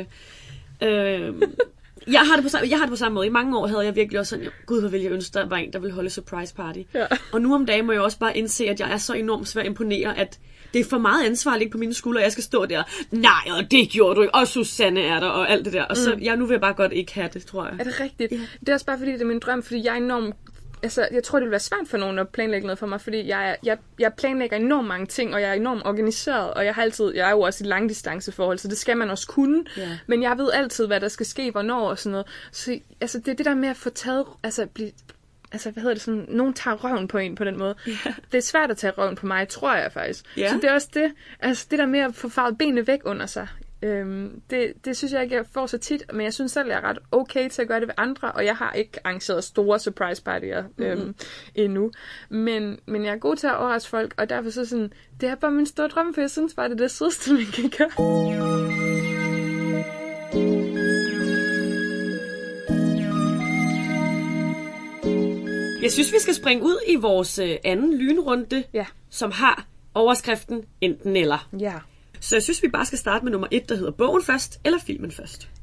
Jeg har det på samme måde. I mange år havde jeg virkelig også sådan, gud, hvor ville jeg ønske, der var en, der ville holde surprise party. Ja. Og nu om dagen må jeg også bare indse, at jeg er så enormt svær at imponere, at det er for meget ansvar at ligge på mine skuldre, og jeg skal stå der. Nej, og det gjorde du ikke. Og Susanne er der, og alt det der. Og så, nu vil jeg bare godt ikke have det, tror jeg. Er det rigtigt? Ja. Det er også bare, fordi det er min drøm, fordi jeg er enormt... Altså, jeg tror, det vil være svært for nogen at planlægge noget for mig, fordi jeg planlægger enormt mange ting, og jeg er enormt organiseret, og jeg er jo også i langdistanceforhold, så det skal man også kunne. Yeah. Men jeg ved altid, hvad der skal ske, hvornår og sådan noget. Så altså, det er det der med at få taget, nogen tager røven på en på den måde. Yeah. Det er svært at tage røven på mig, tror jeg faktisk. Yeah. Så det er også det, altså det der med at få farvet benene væk under sig. Det synes jeg ikke, jeg får så tit, men jeg synes selv, jeg er ret okay til at gøre det ved andre, og jeg har ikke arrangeret store surprise partyer endnu. Men jeg er god til at overraske folk, og derfor så sådan, det er bare min store drøm, for jeg synes bare, det er det sødeste, man kan gøre. Jeg synes, vi skal springe ud i vores anden lynrunde, som har overskriften enten eller. Ja. Så jeg synes, vi bare skal starte med nummer 1, der hedder bogen først, eller filmen først. Ja,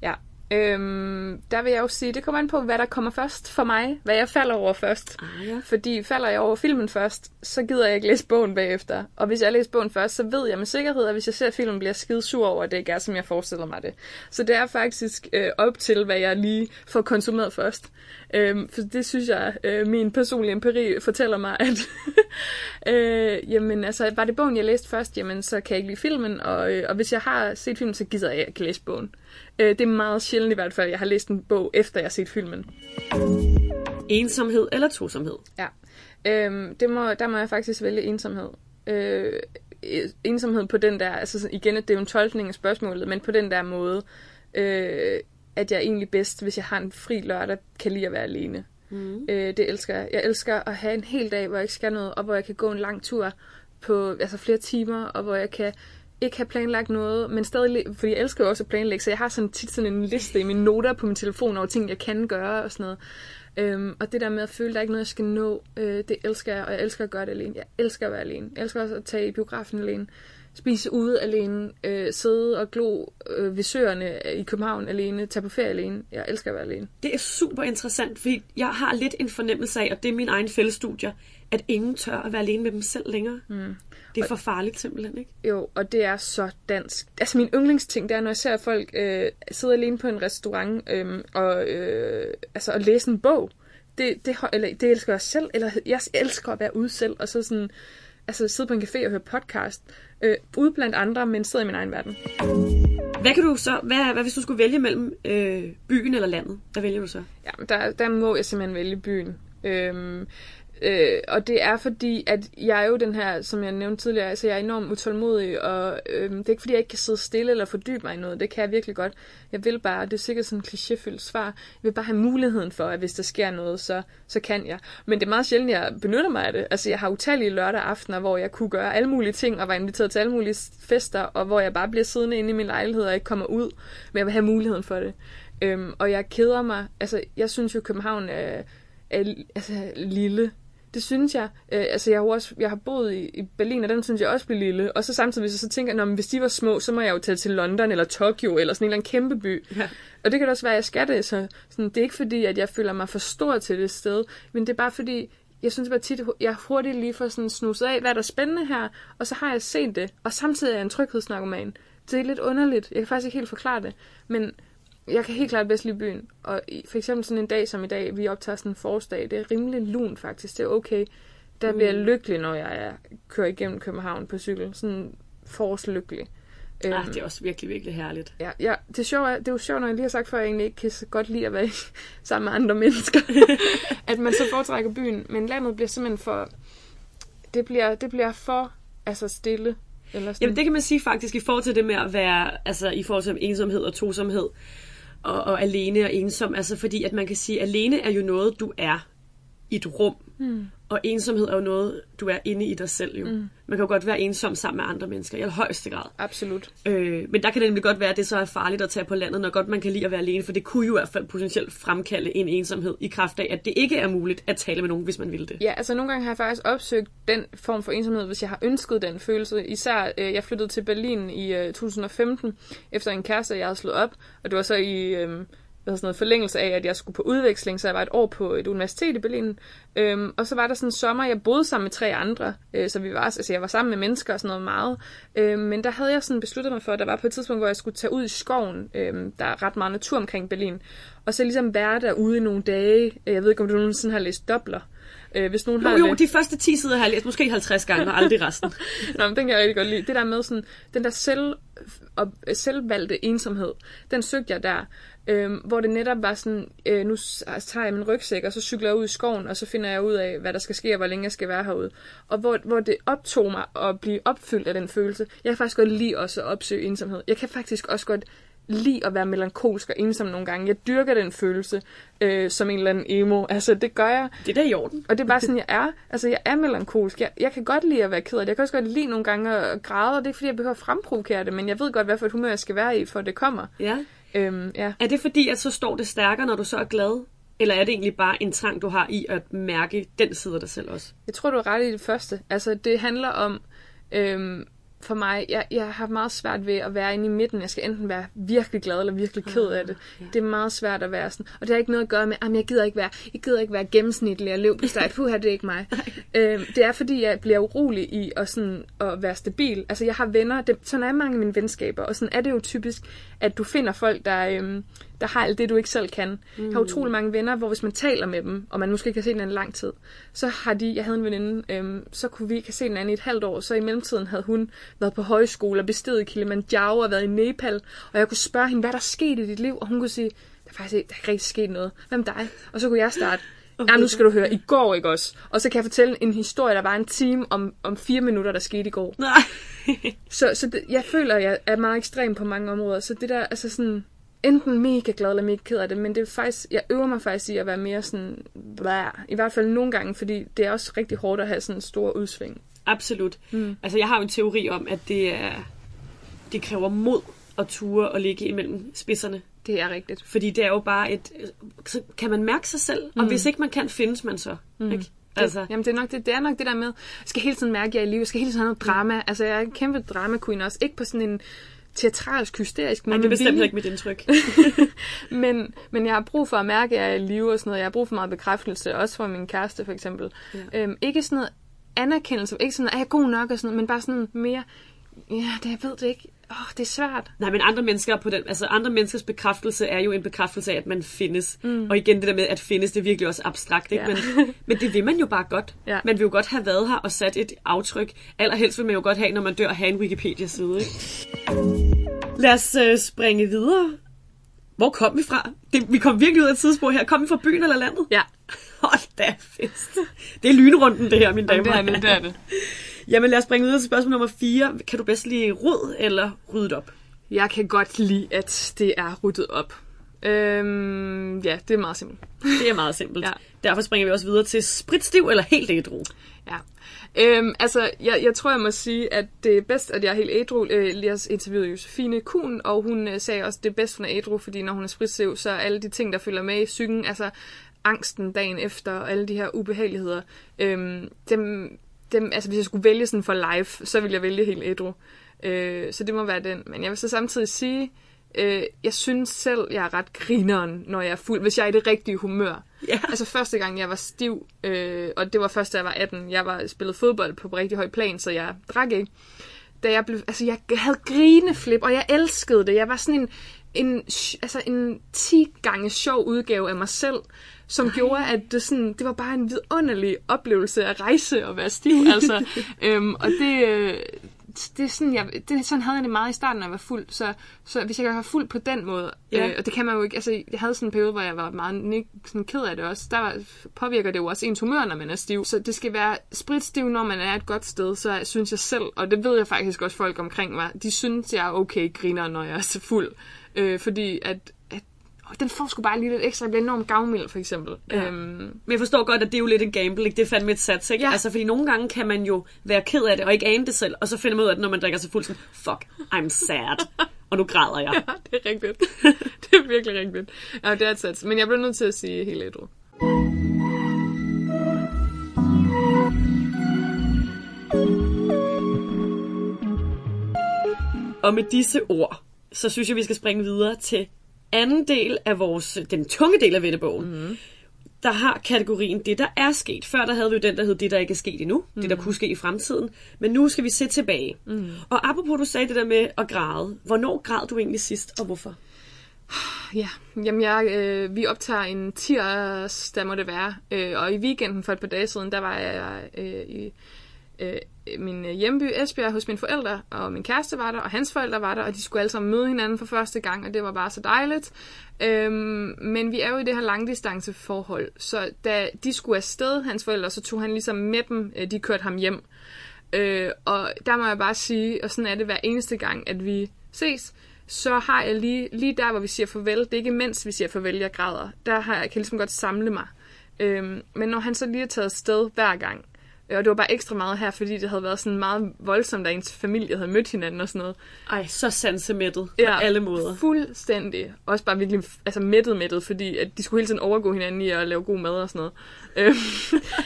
Der vil jeg jo sige, det kommer an på, hvad der kommer først for mig. Hvad jeg falder over først. Ja. Fordi falder jeg over filmen først, så gider jeg ikke læse bogen bagefter. Og hvis jeg læser bogen først, så ved jeg med sikkerhed, at hvis jeg ser filmen, bliver jeg skide sur over, at det ikke er, som jeg forestiller mig det. Så det er faktisk op til, hvad jeg lige får konsumeret først. For det synes jeg, min personlige empiri fortæller mig, at jamen, altså, var det bogen, jeg læste først, jamen, så kan jeg ikke lide filmen. Og hvis jeg har set filmen, så gider jeg ikke læse bogen. Det er meget sjældent i hvert fald, at jeg har læst en bog, efter jeg har set filmen. Ensomhed eller tosomhed? Ja, der må jeg faktisk vælge ensomhed. Ensomhed på den der, altså igen, det er jo en tolkning af spørgsmålet, men på den der måde, at jeg egentlig bedst, hvis jeg har en fri lørdag, kan lide at være alene. Det elsker jeg. Jeg elsker at have en hel dag, hvor jeg ikke skal noget, og hvor jeg kan gå en lang tur på flere timer, og hvor jeg kan ikke have planlagt noget, men stadig, fordi jeg elsker jo også at planlægge, så jeg har tit sådan en liste i mine noter på min telefon over ting, jeg kan gøre og sådan noget. Og det der med at føle, at der ikke er noget, jeg skal nå, det elsker jeg, og jeg elsker at gøre det alene. Jeg elsker at være alene. Jeg elsker også at tage i biografen alene, spise ude alene, sidde og glo ved søerne i København alene, tage på ferie alene. Jeg elsker at være alene. Det er super interessant, fordi jeg har lidt en fornemmelse af, og det er min egen fællesstudier, at ingen tør at være alene med dem selv længere. Det er for farligt simpelthen, ikke? Jo, og det er så dansk. Altså min yndlingsting, det er, når jeg ser folk sidde alene på en restaurant og læse en bog. Det elsker jeg selv, eller jeg elsker at være ude selv, og så sådan, altså sidde på en café og høre podcast. Ude blandt andre, men sidde i min egen verden. Hvad kan du så, hvad hvis du skulle vælge mellem byen eller landet? Hvad vælger du så? Ja, der må jeg simpelthen vælge byen. Og det er fordi, at jeg er jo den her, som jeg nævnte tidligere, altså jeg er enormt utålmodig, og det er ikke fordi, jeg ikke kan sidde stille eller fordybe mig i noget. Det kan jeg virkelig godt. Jeg vil bare, det er sikkert sådan en klichéfyldt svar, jeg vil bare have muligheden for, at hvis der sker noget, så kan jeg. Men det er meget sjældent, jeg benytter mig af det. Altså jeg har utallige lørdag aftener, hvor jeg kunne gøre alle mulige ting, og var inviteret til alle mulige fester, og hvor jeg bare bliver siddende inde i min lejlighed, og ikke kommer ud, men jeg vil have muligheden for det. Og jeg keder mig, altså jeg synes jo, København er lille. Det synes jeg. Jeg har boet i Berlin, og den synes jeg også bliver lille. Og så samtidig, hvis jeg så tænker, hvis de var små, så må jeg jo tage til London eller Tokyo, eller sådan en eller anden kæmpe by. Ja. Og det kan også være, at jeg skal det. Så sådan, det er ikke fordi, at jeg føler mig for stor til det sted, men det er bare fordi, jeg synes bare tit, jeg hurtigt lige får sådan snuset af, hvad der er spændende her, og så har jeg set det. Og samtidig er jeg en tryghedsnarkoman. Det er lidt underligt. Jeg kan faktisk ikke helt forklare det, men jeg kan helt klart bedst lide byen, og for eksempel sådan en dag som i dag, vi optager sådan en forårsdag, det er rimelig lunt faktisk, det er okay. Der bliver jeg lykkelig, når jeg kører igennem København på cykel, sådan forårslykkelig. Det er også virkelig, virkelig herligt. Ja, det er jo sjovt, når jeg lige har sagt før, at jeg egentlig ikke kan så godt lide at være sammen med andre mennesker, at man så foretrækker byen, men landet bliver simpelthen for, det bliver for stille. Jamen det kan man sige faktisk i forhold til det med at være, altså i forhold til ensomhed og tosomhed og alene og ensom, altså fordi at man kan sige, at alene er jo noget, du er i et rum, og ensomhed er jo noget, du er inde i dig selv jo. Man kan jo godt være ensom sammen med andre mennesker, i højeste grad. Absolut. Men der kan det nemlig godt være, at det så er farligt at tage på landet, når godt man kan lide at være alene, for det kunne jo i hvert fald potentielt fremkalde en ensomhed i kraft af, at det ikke er muligt at tale med nogen, hvis man vil det. Ja, altså nogle gange har jeg faktisk opsøgt den form for ensomhed, hvis jeg har ønsket den følelse. Især, jeg flyttede til Berlin i 2015, efter en kæreste, jeg havde slået op, og det var så i forlængelse af, at jeg skulle på udveksling, så jeg var et år på et universitet i Berlin. Og så var der sådan en sommer, jeg boede sammen med 3 andre, så jeg var sammen med mennesker og sådan noget meget. Men der havde jeg sådan besluttet mig for, at der var på et tidspunkt, hvor jeg skulle tage ud i skoven. Der er ret meget natur omkring Berlin. Og så ligesom være derude i nogle dage. Jeg ved ikke, om du nogensinde har læst Dobler. Hvis nogen har de første 10 sider har jeg læst, måske 50 gange, og aldrig resten. Nå, men den kan jeg rigtig godt lide. Det der med sådan, den der selvvalgte ensomhed, den søgte jeg der. Hvor det netop var sådan, nu tager jeg min rygsæk, og så cykler jeg ud i skoven, og så finder jeg ud af, hvad der skal ske, og hvor længe jeg skal være herude. Og hvor det optog mig at blive opfyldt af den følelse. Jeg kan faktisk godt lide også at opsøge ensomhed. Jeg kan faktisk også godt lide at være melankolsk og ensom nogle gange. Jeg dyrker den følelse som en eller anden emo. Altså, det gør jeg. Det er da i orden. Og det er bare sådan, jeg er. Altså, jeg er melankolsk. Jeg kan godt lide at være ked af det. Jeg kan også godt lide nogle gange at græde, og det er ikke, fordi jeg behøver at fremprovokere det, men jeg ved godt, hvad for et humør jeg skal være i, for det kommer. Ja. Er det fordi, at så står det stærkere, når du så er glad? Eller er det egentlig bare en trang, du har i at mærke den side af dig selv også? Jeg tror, du er ret i det første. Altså, det handler om for mig, jeg har meget svært ved at være inde i midten. Jeg skal enten være virkelig glad eller virkelig ked af det. Det er meget svært at være sådan. Og det har ikke noget at gøre med, at jeg gider ikke være gennemsnitlig og leverpostej. Puha, det er ikke mig. Det er fordi, jeg bliver urolig i at være stabil. Altså, jeg har venner, sådan er mange af mine venskaber, og sådan er det jo typisk, at du finder folk, der har alt det, du ikke selv kan. Jeg har utrolig mange venner, hvor hvis man taler med dem, og man måske ikke har set den anden lang tid, så har jeg havde en veninde, så kunne vi ikke have set den anden i et halvt år, så i mellemtiden havde hun været på højskole og besteget Kilimanjaro og været i Nepal, og jeg kunne spørge hende, hvad der skete i dit liv, og hun kunne sige, der er ikke rigtig sket noget. Hvad med dig? Og så kunne jeg starte. Ja, nu skal du høre, i går, ikke også? Og så kan jeg fortælle en historie, der var en time om 4 minutter, der skete i går. Nej. så jeg føler, jeg er meget ekstrem på mange områder, så det der, altså sådan, enten mega glad eller mega ked af det, men det er faktisk, jeg øver mig faktisk i at være mere sådan, i hvert fald nogle gange, fordi det er også rigtig hårdt at have sådan en stor udsving. Absolut. Altså, jeg har jo en teori om, at det kræver mod at ture og ligge imellem spidserne. Det er rigtigt. Fordi det er jo bare så kan man mærke sig selv, og hvis ikke man kan, findes man så. Ikke? Altså. Jamen, det er nok det der med, jeg skal hele tiden mærke, at jeg er i live, jeg skal hele tiden have noget drama. Altså, jeg er en kæmpe drama queen også. Ikke på sådan en teatralsk, hysterisk måde. Nej, det bestemmer ikke mit indtryk. men jeg har brug for at mærke, at jeg er i live og sådan noget. Jeg har brug for meget bekræftelse, også fra min kæreste for eksempel. Ja. Ikke sådan noget anerkendelse, ikke sådan noget, er jeg god nok og sådan noget, men bare sådan mere, jeg ved det ikke. Det er svært. Nej, men andre menneskers bekræftelse er jo en bekræftelse af, at man findes. Og igen det der med, at findes, det er virkelig også abstrakt, ikke? Ja. Men det vil man jo bare godt. Ja. Man vil jo godt have været her og sat et aftryk. Allerhelst vil man jo godt have, når man dør, at have en Wikipedia-side, ikke? Lad os springe videre. Hvor kom vi fra? Vi kom virkelig ud af et tidsspor her. Kom vi fra byen eller landet? Ja. Hold da fest. Det er lynrunden, det her, mine damer. Det er det. Jamen lad os springe videre til spørgsmål nummer 4. Kan du bedst lide rod eller ryddet op? Jeg kan godt lide, at det er ryddet op. Ja, det er meget simpelt. Det er meget simpelt. Ja. Derfor springer vi også videre til spritstiv eller helt ædru. Ja. Jeg tror, jeg må sige, at det er bedst, at jeg er helt ædru. Jeg interviewede Josefine Kuhn, og hun sagde også, at det er bedst, hun er ædru, fordi når hun er spritstiv, så er alle de ting, der følger med i psyken, altså angsten dagen efter, og alle de her ubehageligheder, altså hvis jeg skulle vælge sådan for live, så ville jeg vælge helt ædru. Så det må være den. Men jeg vil så samtidig sige, jeg synes selv, jeg er ret grineren, når jeg er fuld, hvis jeg er i det rigtige humør. Yeah. Altså første gang, jeg var stiv, og det var først, da jeg var 18. Jeg var spillet fodbold på rigtig høj plan, så jeg drak ikke. Da jeg jeg havde grineflip, og jeg elskede det. Jeg var sådan en 10 gange sjov udgave af mig selv, som gjorde, at det var bare en vidunderlig oplevelse at rejse og være stiv. Altså. Og det er sådan havde jeg det meget i starten, når jeg var fuld. Så hvis jeg kan være fuld på den måde, og det kan man jo ikke. Altså, jeg havde sådan en periode, hvor jeg var meget sådan ked af det også. Påvirker det jo også ens humør, når man er stiv. Så det skal være spritstiv, når man er et godt sted. Så synes jeg selv, og det ved jeg faktisk også folk omkring mig, de synes, jeg er okay griner, når jeg er så fuld. Fordi at den får sgu bare lige lidt ekstra. Jeg bliver enormt gavmild, for eksempel. Ja. Men jeg forstår godt, at det er jo lidt en gamble, ikke? Det er fandme et sats, ikke? Ja. Altså, fordi nogle gange kan man jo være ked af det, og ikke ane det selv, og så finder man ud af det, når man drikker sig fuld sådan, fuck, I'm sad. Og nu græder jeg. Ja, det er rigtigt. Det er virkelig rigtigt. Ja, det er et sats. Men jeg bliver nødt til at sige helt ædru. Og med disse ord, så synes jeg, vi skal springe videre til anden del af den tunge del af Vettebogen. Der har kategorien det, der er sket. Før der havde vi jo den, der hed det, der ikke er sket endnu. Det, der kunne ske i fremtiden. Men nu skal vi se tilbage. Og apropos, du sagde det der med at græde. Hvornår græd du egentlig sidst, og hvorfor? Ja, jamen vi optager en tirsdag, må det være. Og i weekenden for et par dage siden, der var jeg i min hjemby Esbjerg hos mine forældre, og min kæreste var der, og hans forældre var der, og de skulle alle sammen møde hinanden for første gang, og det var bare så dejligt. Men vi er jo i det her langdistanceforhold, så da de skulle afsted, hans forældre, så tog han ligesom med dem, de kørte ham hjem. Og der må jeg bare sige, og sådan er det hver eneste gang, at vi ses, så har jeg lige der, hvor vi siger farvel, det er ikke mens vi siger farvel, jeg græder, der kan jeg ligesom godt samle mig. Men når han så lige er taget afsted hver gang, og det var bare ekstra meget her, fordi det havde været sådan meget voldsomt, at ens familie havde mødt hinanden og sådan noget. Ej, så sansemættet på alle måder. Fuldstændig. Også bare virkelig mættet, fordi at de skulle hele tiden overgå hinanden i at lave god mad og sådan noget.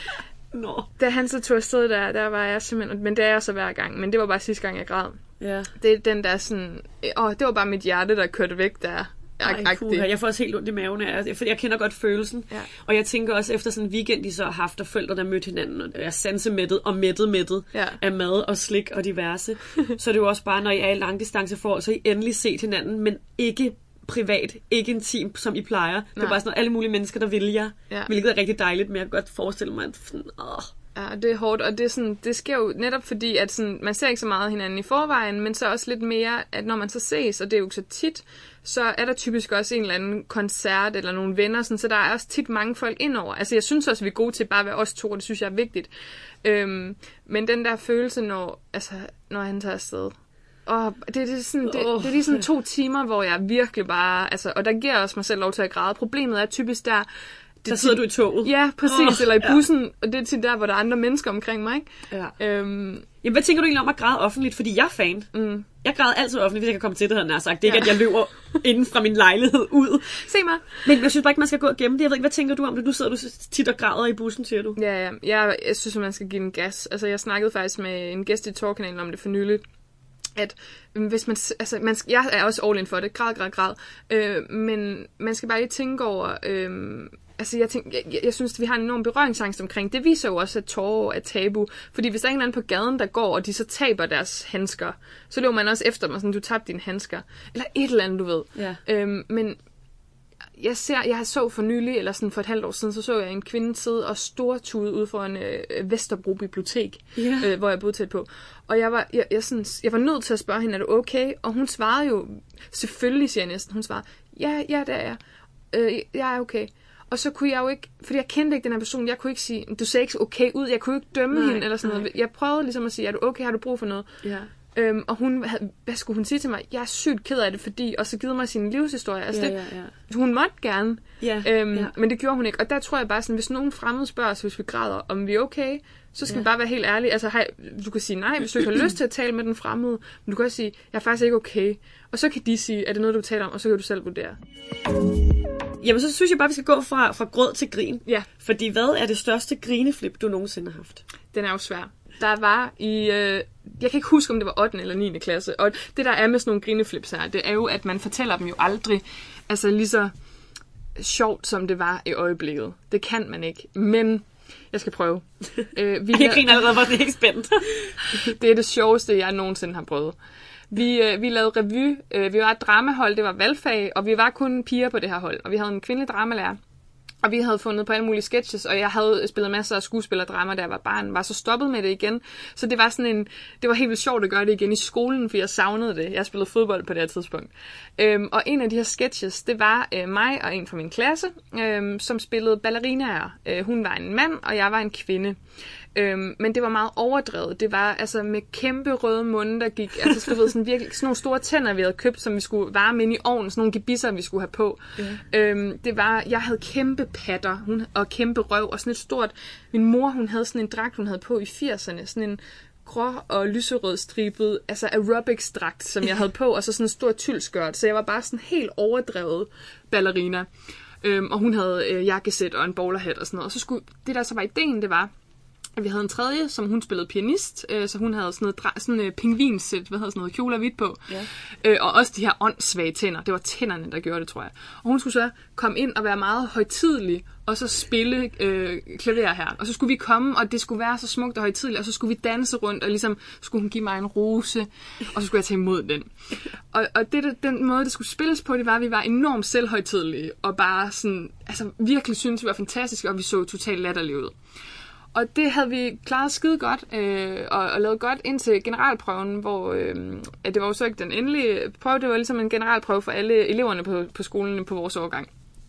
Nå. Da han så tog afsted der var jeg simpelthen... Men det er jeg så hver gang. Men det var bare sidste gang, jeg græd. Ja. Det er den der sådan... det var bare mit hjerte, der kørte væk der. Jeg får også helt ondt i maven af, for jeg kender godt følelsen. Ja. Og jeg tænker også, efter sådan en weekend, de så har haft, og forældrene mødt hinanden, og er sansemættet og mættet af mad og slik og diverse. Så er det jo også bare, når I er i langdistanceforhold, så I endelig set hinanden, men ikke privat, ikke intim, som I plejer. Det er bare sådan noget, alle mulige mennesker, der vil jer. Ja. Hvilket er rigtig dejligt, men jeg kan godt forestille mig, at sådan, Ja, det er hårdt, og det, er sådan, det sker jo netop fordi, at sådan, man ser ikke så meget hinanden i forvejen, men så også lidt mere, at når man så ses, og det er jo så tit, så er der typisk også en eller anden koncert eller nogle venner, sådan, så der er også tit mange folk indover. Altså jeg synes også, vi er gode til bare at være os to, og det synes jeg er vigtigt. Men den der følelse, når han tager afsted, det er lige sådan 2 timer, hvor jeg virkelig bare, og der giver også mig selv lov til at græde. Problemet er typisk der sidder du i toget. Ja, præcis, eller i bussen, og det er til der, hvor der er andre mennesker omkring mig, ikke? Ja. Jamen, hvad tænker du egentlig om at græde offentligt? Fordi jeg er fan. Jeg græder altid offentligt, hvis jeg kan komme til det, havde jeg sagt. Det er ikke, at jeg løber inden fra min lejlighed ud. Se mig. Men jeg synes bare ikke, man skal gå og gemme det. Jeg ved ikke, hvad tænker du om det? Nu sidder du tit og græder i bussen, siger du. Ja. Jeg synes, at man skal give den gas. Altså, jeg snakkede faktisk med en gæst i Torkanalen om det for nyligt. At hvis man, jeg er også all in for det, græd, men man skal bare lige tænke over, jeg synes, at vi har en enorm berøringsangst omkring. Det viser jo også, at tårer er tabu, fordi hvis der er en eller anden på gaden, der går, og de så taber deres handsker, så løber man også efter dem, sådan, du tabte dine handsker, eller et eller andet, du ved. Ja. Men jeg så for nylig, eller sådan for et halvt år siden, så jeg en kvinde sidde og stortude ude foran Vesterbro Bibliotek, hvor jeg boede tæt på. Og jeg var nødt til at spørge hende, er du okay? Og hun svarede jo, selvfølgelig, siger jeg næsten, hun svarede, ja, det er jeg. Jeg er okay. Og så kunne jeg jo ikke, fordi jeg kendte ikke den her person, jeg kunne ikke sige, du ser ikke okay ud, jeg kunne ikke dømme hende, eller sådan noget. Jeg prøvede ligesom at sige, er du okay, har du brug for noget? Ja. Og hvad skulle hun sige til mig? Jeg er sygt ked af det, fordi, og så givet mig sin livshistorie. Altså hun måtte gerne, men det gjorde hun ikke. Og der tror jeg bare sådan, hvis nogen fremmede spørger os, hvis vi græder, om vi er okay, så skal vi bare være helt ærlige. Altså, du kan sige nej, hvis du ikke har lyst til at tale med den fremmede, men du kan også sige, jeg er faktisk ikke okay. Og så kan de sige, er det noget, du taler om, og så kan du selv vurdere. Jamen, så synes jeg bare, vi skal gå fra gråd til grin. Ja. Fordi hvad er det største grineflip, du nogensinde har haft? Den er jo svær. Der var jeg kan ikke huske, om det var 8. eller 9. klasse. Og det, der er med sådan nogle grineflips her, det er jo, at man fortæller dem jo aldrig, altså lige så sjovt, som det var i øjeblikket. Det kan man ikke. Men jeg skal prøve. Jeg griner allerede, hvor det er ikke spændt. Det er det sjoveste, jeg nogensinde har prøvet. Vi lavede revy. Vi var et dramahold, det var valgfag, og vi var kun piger på det her hold. Og vi havde en kvindelig dramalærer. Og vi havde fundet på alle mulige sketches, og jeg havde spillet masser af skuespillerdrama, da jeg var barn, var så stoppet med det igen. Så det var det var helt vildt sjovt at gøre det igen i skolen, for jeg savnede det. Jeg spillede fodbold på det her tidspunkt. Og en af de her sketches, det var mig og en fra min klasse, som spillede ballerinaer. Hun var en mand, og jeg var en kvinde. Men det var meget overdrevet. Det var altså med kæmpe røde munde, der gik, altså sådan virkelig sådan nogle store tænder, vi havde købt, som vi skulle varme ind i ovnen, sådan nogle gebisser, vi skulle have på. Det var, jeg havde kæmpe patter, og kæmpe røv, og sådan et stort, min mor, hun havde sådan en dragt, hun havde på i 80'erne, sådan en grå og lyserød stribet, altså aerobics-dragt, som jeg havde på, og så sådan en stor tyldskørt, så jeg var bare sådan helt overdrevet ballerina. Og hun havde jakkesæt og en bowlerhat og sådan noget, og så skulle, det der så var ideen, det var, vi havde en tredje, som hun spillede pianist, så hun havde sådan en pingvinsæt, kjole og hvidt på. Ja. Og også de her åndssvage tænder. Det var tænderne, der gjorde det, tror jeg. Og hun skulle så komme ind og være meget højtidelig, og så spille klaver her. Og så skulle vi komme, og det skulle være så smukt og højtidligt, og så skulle vi danse rundt, og ligesom skulle hun give mig en rose, og så skulle jeg tage imod den. Og den måde, det skulle spilles på, det var, at vi var enormt selvhøjtidelige, og bare sådan, altså virkelig syntes, vi var fantastiske, og vi så totalt latterlige ud. Og det havde vi klaret skide godt, og lavet godt indtil generalprøven, hvor det var jo så ikke den endelige prøve, det var ligesom en generalprøve for alle eleverne på skolen på vores årgang.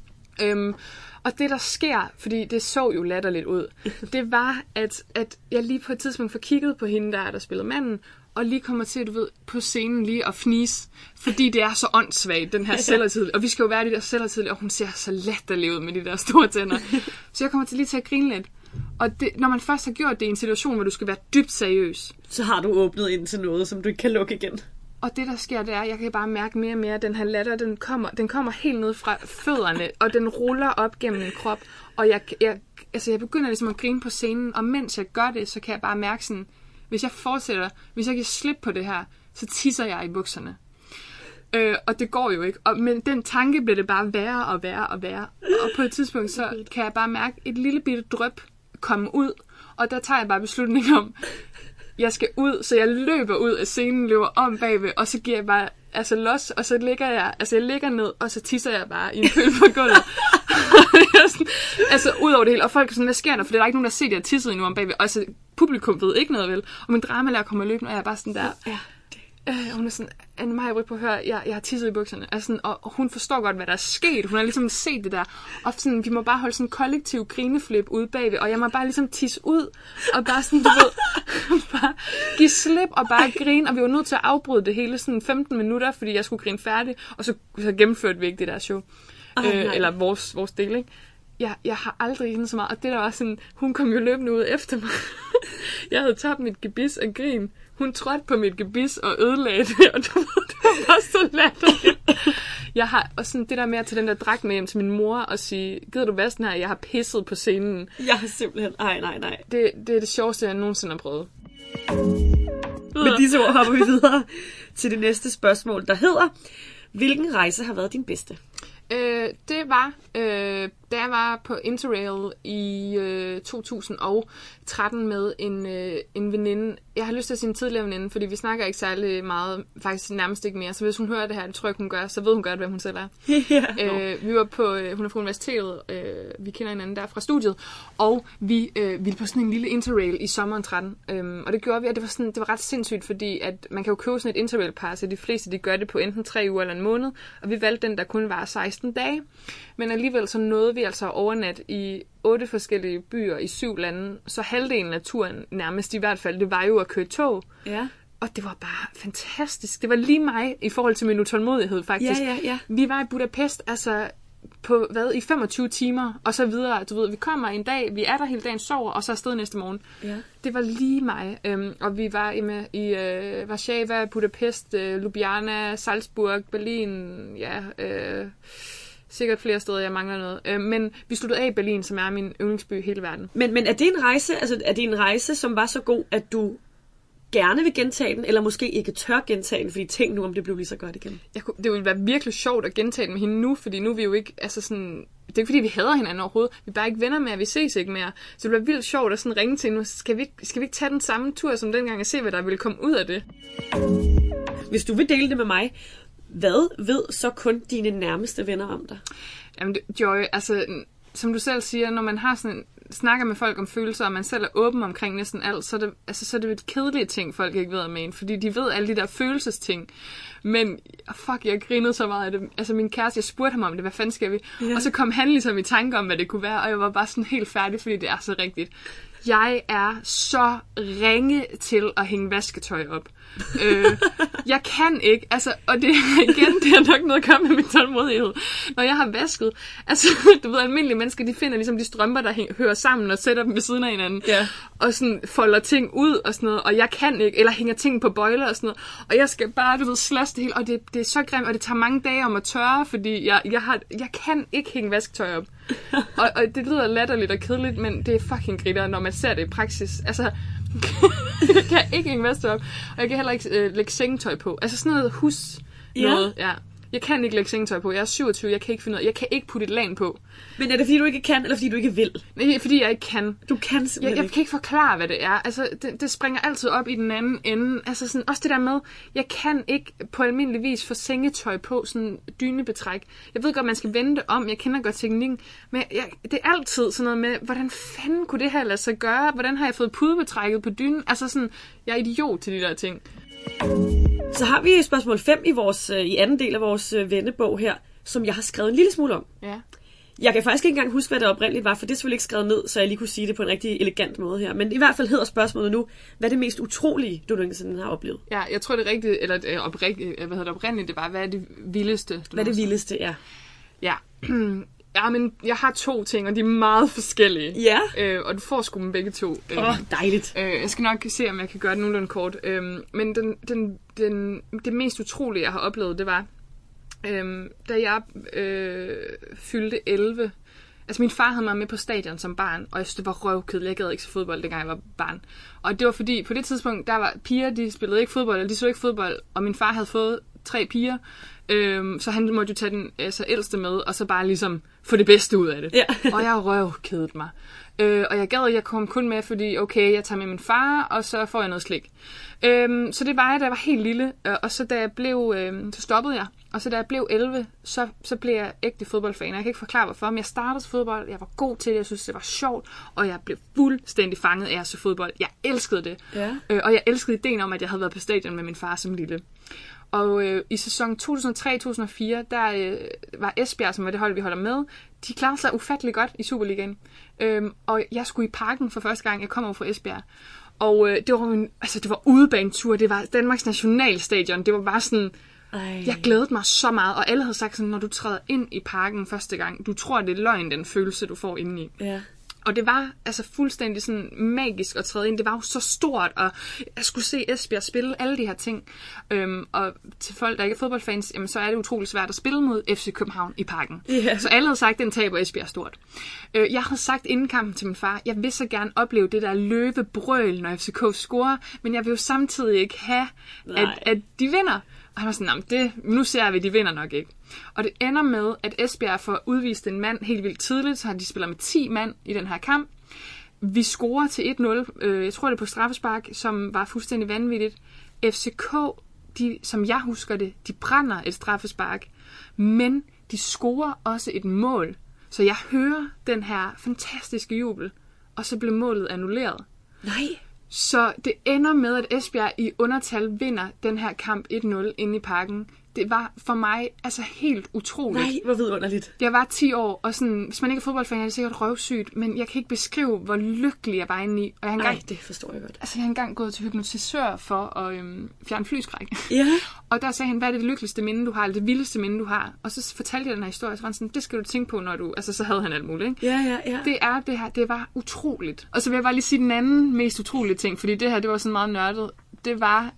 Og det, der sker, fordi det så jo latterligt ud, det var, at jeg lige på et tidspunkt får kigget på hende, der spillede manden, og lige kommer til, du ved, på scenen lige at fnise, fordi det er så åndssvagt, den her selvhøjtidelige. Og vi skal jo være de der selvhøjtidelige, og hun ser så latterlig ud med de der store tænder. Så jeg kommer til lige til at grine lidt. Og det, når man først har gjort det i en situation, hvor du skal være dybt seriøs, så har du åbnet ind til noget, som du ikke kan lukke igen. Og det, der sker, det er, at jeg kan bare mærke mere og mere, at den her latter, den kommer helt ned fra fødderne, og den ruller op gennem min krop. Og jeg begynder ligesom at grine på scenen, og mens jeg gør det, så kan jeg bare mærke sådan, hvis jeg kan slippe på det her, så tisser jeg i bukserne. Og det går jo ikke. Men den tanke bliver det bare værre og værre og værre. Og på et tidspunkt, så kan jeg bare mærke et lille bitte dryp komme ud, og der tager jeg bare beslutning om, jeg skal ud, så jeg løber ud af scenen, løber om bagved, og så giver jeg bare los, og så ligger jeg ligger ned, og så tisser jeg bare i en pøl på gulvet. Ud over det hele, og folk er sådan, hvad sker der? For det er der ikke nogen, der ser, at jeg tisset endnu om bagved. Og publikum ved ikke noget, vel? Og min dramalærer kommer løbende, og jeg er bare sådan der... hun er sådan, Anne-Marie, prøv at høre, jeg har tisset i bukserne. Og hun forstår godt, hvad der er sket. Hun har ligesom set det der. Og sådan, vi må bare holde sådan en kollektiv grineflip ude bagved. Og jeg må bare ligesom tisse ud. Og bare sådan, du ved, bare give slip og bare grine. Og vi var nødt til at afbryde det hele sådan 15 minutter, fordi jeg skulle grine færdig. Og så gennemførte vi ikke det der show. Eller vores del, ikke? Jeg har aldrig grinet så meget. Og det der var sådan, hun kom jo løbende ud efter mig. Jeg havde tabt mit gebis og grin. Hun trådte på mit gebis og ødelagde det, og det var bare så latterligt. Jeg har også sådan det der med at tage den der dragt med hjem til min mor og sige, gider du vasten her, jeg har pisset på scenen. Jeg har simpelthen, nej. Det er det sjoveste, jeg nogensinde har prøvet. Med disse ord hopper vi videre til det næste spørgsmål, der hedder, hvilken rejse har været din bedste? Det var, da jeg var på Interrail i 2013 med en veninde. Jeg har lyst til at sige en tidligere veninde, fordi vi snakker ikke særlig meget, faktisk nærmest ikke mere. Så hvis hun hører det her, det tror jeg ikke hun gør, så ved hun godt, hvem hun selv er. Vi var på, hun er fra universitetet, vi kender hinanden der fra studiet, og vi ville på sådan en lille Interrail i sommeren 13. Og det gjorde vi, og det var ret sindssygt, fordi at man kan jo købe sådan et Interrail-pass, og de fleste de gør det på enten 3 uger eller en måned, og vi valgte den, der kun var 16 dage. Men alligevel så nåede vi altså overnat i 8 forskellige byer i 7 lande, så halvdelen af turen nærmest i hvert fald, det var jo at køre tog. Ja. Og det var bare fantastisk. Det var lige mig i forhold til min utålmodighed, faktisk. Ja. Vi var i Budapest, på i 25 timer, og så videre. Du ved, vi kommer en dag, vi er der hele dagen, sover, og så afsted næste morgen. Ja. Det var lige mig. Og vi var i Warszawa, Budapest, Ljubljana, Salzburg, Berlin, sikkert flere steder, jeg mangler noget. Men vi sluttede af i Berlin, som er min yndlingsby i hele verden. Men er det en rejse, som var så god, at du gerne vil gentage den, eller måske ikke tør gentage den, fordi tænk nu, om det blev lige så godt igen? Det ville være virkelig sjovt at gentage den med hende nu, fordi nu er vi jo ikke, det er ikke fordi, vi hader hinanden overhovedet. Vi er bare ikke venner mere, vi ses ikke mere. Så det ville være vildt sjovt at sådan ringe til hende. Skal vi ikke tage den samme tur som dengang og se, hvad der ville komme ud af det? Hvis du vil dele det med mig, hvad ved så kun dine nærmeste venner om dig? Jamen, Joy, som du selv siger, når man har sådan snakker med folk om følelser, og man selv er åben omkring næsten alt, så er det et kedelige ting, folk ikke ved om en, fordi de ved alle de der følelsesting. Men jeg grinede så meget af det. Min kæreste, jeg spurgte ham om det, hvad fanden skal vi? Yeah. Og så kom han ligesom i tanke om, hvad det kunne være, og jeg var bare sådan helt færdig, fordi det er så rigtigt. Jeg er så ringe til at hænge vasketøj op. Jeg kan ikke, og det har nok noget at gøre med min tålmodighed. Når jeg har vasket, du ved, almindelige mennesker, de finder ligesom de strømper, der hører sammen og sætter dem ved siden af hinanden, og sådan folder ting ud og sådan noget, og jeg kan ikke, eller hænger ting på bøjler og sådan noget, og jeg skal bare, du ved, slås det hele, og det er så grimt, og det tager mange dage om at tørre, fordi jeg kan ikke hænge vasketøj op. og det lyder latterligt og kedeligt, men det er fucking gritter, når man ser det i praksis. Jeg kan ikke hænge vasketøj op, og jeg kan heller ikke lægge sengetøj på. Sådan noget noget, ja. Jeg kan ikke lægge sengetøj på. Jeg er 27, jeg kan ikke finde noget. Jeg kan ikke putte et lag på. Men er det fordi du ikke kan, eller fordi du ikke vil? Nej, fordi jeg ikke kan. Du kan simpelthen jeg kan ikke forklare, hvad det er. Det springer altid op i den anden ende. Også det der med, jeg kan ikke på almindelig vis få sengetøj på, sådan dynebetræk. Jeg ved godt, man skal vende det om. Jeg kender godt teknikken. Men det er altid sådan noget med, hvordan fanden kunne det her lade sig gøre? Hvordan har jeg fået pudebetrækket på dynen? Jeg er idiot til de der ting. Så har vi spørgsmål 5 i anden del af vores vennebog her, som jeg har skrevet en lille smule om. Ja. Jeg kan faktisk ikke engang huske, hvad det oprindeligt var, for det er selvfølgelig ikke skrevet ned, så jeg lige kunne sige det på en rigtig elegant måde her. Men i hvert fald hedder spørgsmålet nu, hvad er det mest utrolige, du nogensinde har oplevet? Ja, jeg tror det rigtige, eller oprindeligt, det var, hvad er det vildeste? Hvad er det vildeste, ja. Ja. Ja, men jeg har 2 ting, og de er meget forskellige. Ja. Og du får sgu dem begge 2. Dejligt. Jeg skal nok se, om jeg kan gøre det nogenlunde kort. Men det mest utrolige, jeg har oplevet, det var, da jeg fyldte 11, Altså min far havde mig med på stadion som barn, og jeg synes, det var røvkedeligt. Jeg gad ikke se fodbold, dengang jeg var barn. Og det var fordi, på det tidspunkt, der var piger, de spillede ikke fodbold, eller de så ikke fodbold, og min far havde fået 3 piger, så han måtte jo tage den ældste med, og så bare ligesom få det bedste ud af det. Ja. Og jeg røvkedede mig. Og jeg kom kun med, fordi okay, jeg tager med min far, og så får jeg noget slik. Så det var jeg, da jeg var helt lille, og så da jeg blev, så stoppede jeg. Og så da jeg blev 11, så blev jeg ægte fodboldfan. Jeg kan ikke forklare hvorfor, men jeg startede fodbold, jeg var god til det, jeg synes det var sjovt, og jeg blev fuldstændig fanget af at se fodbold. Jeg elskede det. Ja. Og jeg elskede ideen om, at jeg havde været på stadion med min far som lille. Og i sæson 2003-2004, der var Esbjerg, som var det hold, vi holder med, de klarede sig ufattelig godt i Superligaen. Og jeg skulle i Parken for første gang, jeg kom over fra Esbjerg. Og det var udebanetur, det var Danmarks nationalstadion, det var bare sådan... Jeg glædede mig så meget, og alle havde sagt sådan, når du træder ind i Parken første gang, du tror, det er løgn, den følelse, du får indeni. Ja. Og det var altså fuldstændig sådan magisk at træde ind. Det var jo så stort, og jeg skulle se Esbjerg spille alle de her ting. Og til folk, der ikke er fodboldfans, jamen, så er det utroligt svært at spille mod FC København i Parken. Yeah. Så alle havde sagt, den taber Esbjerg stort. Jeg havde sagt inden kampen til min far, jeg vil så gerne opleve det der løvebrøl, når FCK scorer, men jeg vil jo samtidig ikke have, at de vinder. Og han var sådan, nu ser vi, de vinder nok ikke. Og det ender med, at Esbjerg får udvist en mand helt vildt tidligt, så de spiller med 10 mand i den her kamp. Vi scorer til 1-0, jeg tror det er på straffespark, som var fuldstændig vanvittigt. FCK, som jeg husker det, de brænder et straffespark, men de scorer også et mål. Så jeg hører den her fantastiske jubel, og så blev målet annulleret. Nej. Så det ender med, at Esbjerg i undertal vinder den her kamp 1-0 inde i Parken. Det var for mig altså helt utroligt. Nej, hvor vidunderligt. Jeg var 10 år, og sådan, hvis man ikke er fodboldfan, er det sikkert røvsygt, men jeg kan ikke beskrive, hvor lykkelig jeg var inde i. Og det forstår jeg godt. Altså, jeg har engang gået til hypnotisør for at fjerne flyskræk. Ja. Og der sagde han, hvad er det lykkeligste minde, du har, eller det vildeste minde, du har? Og så fortalte jeg den her historie, så var han sådan, det skal du tænke på, når du... Altså, så havde han alt muligt, ikke? Ja. Det var utroligt. Og så vil jeg bare lige sige den anden mest utrolige ting, fordi det her, det var sådan meget nørdet. Det var...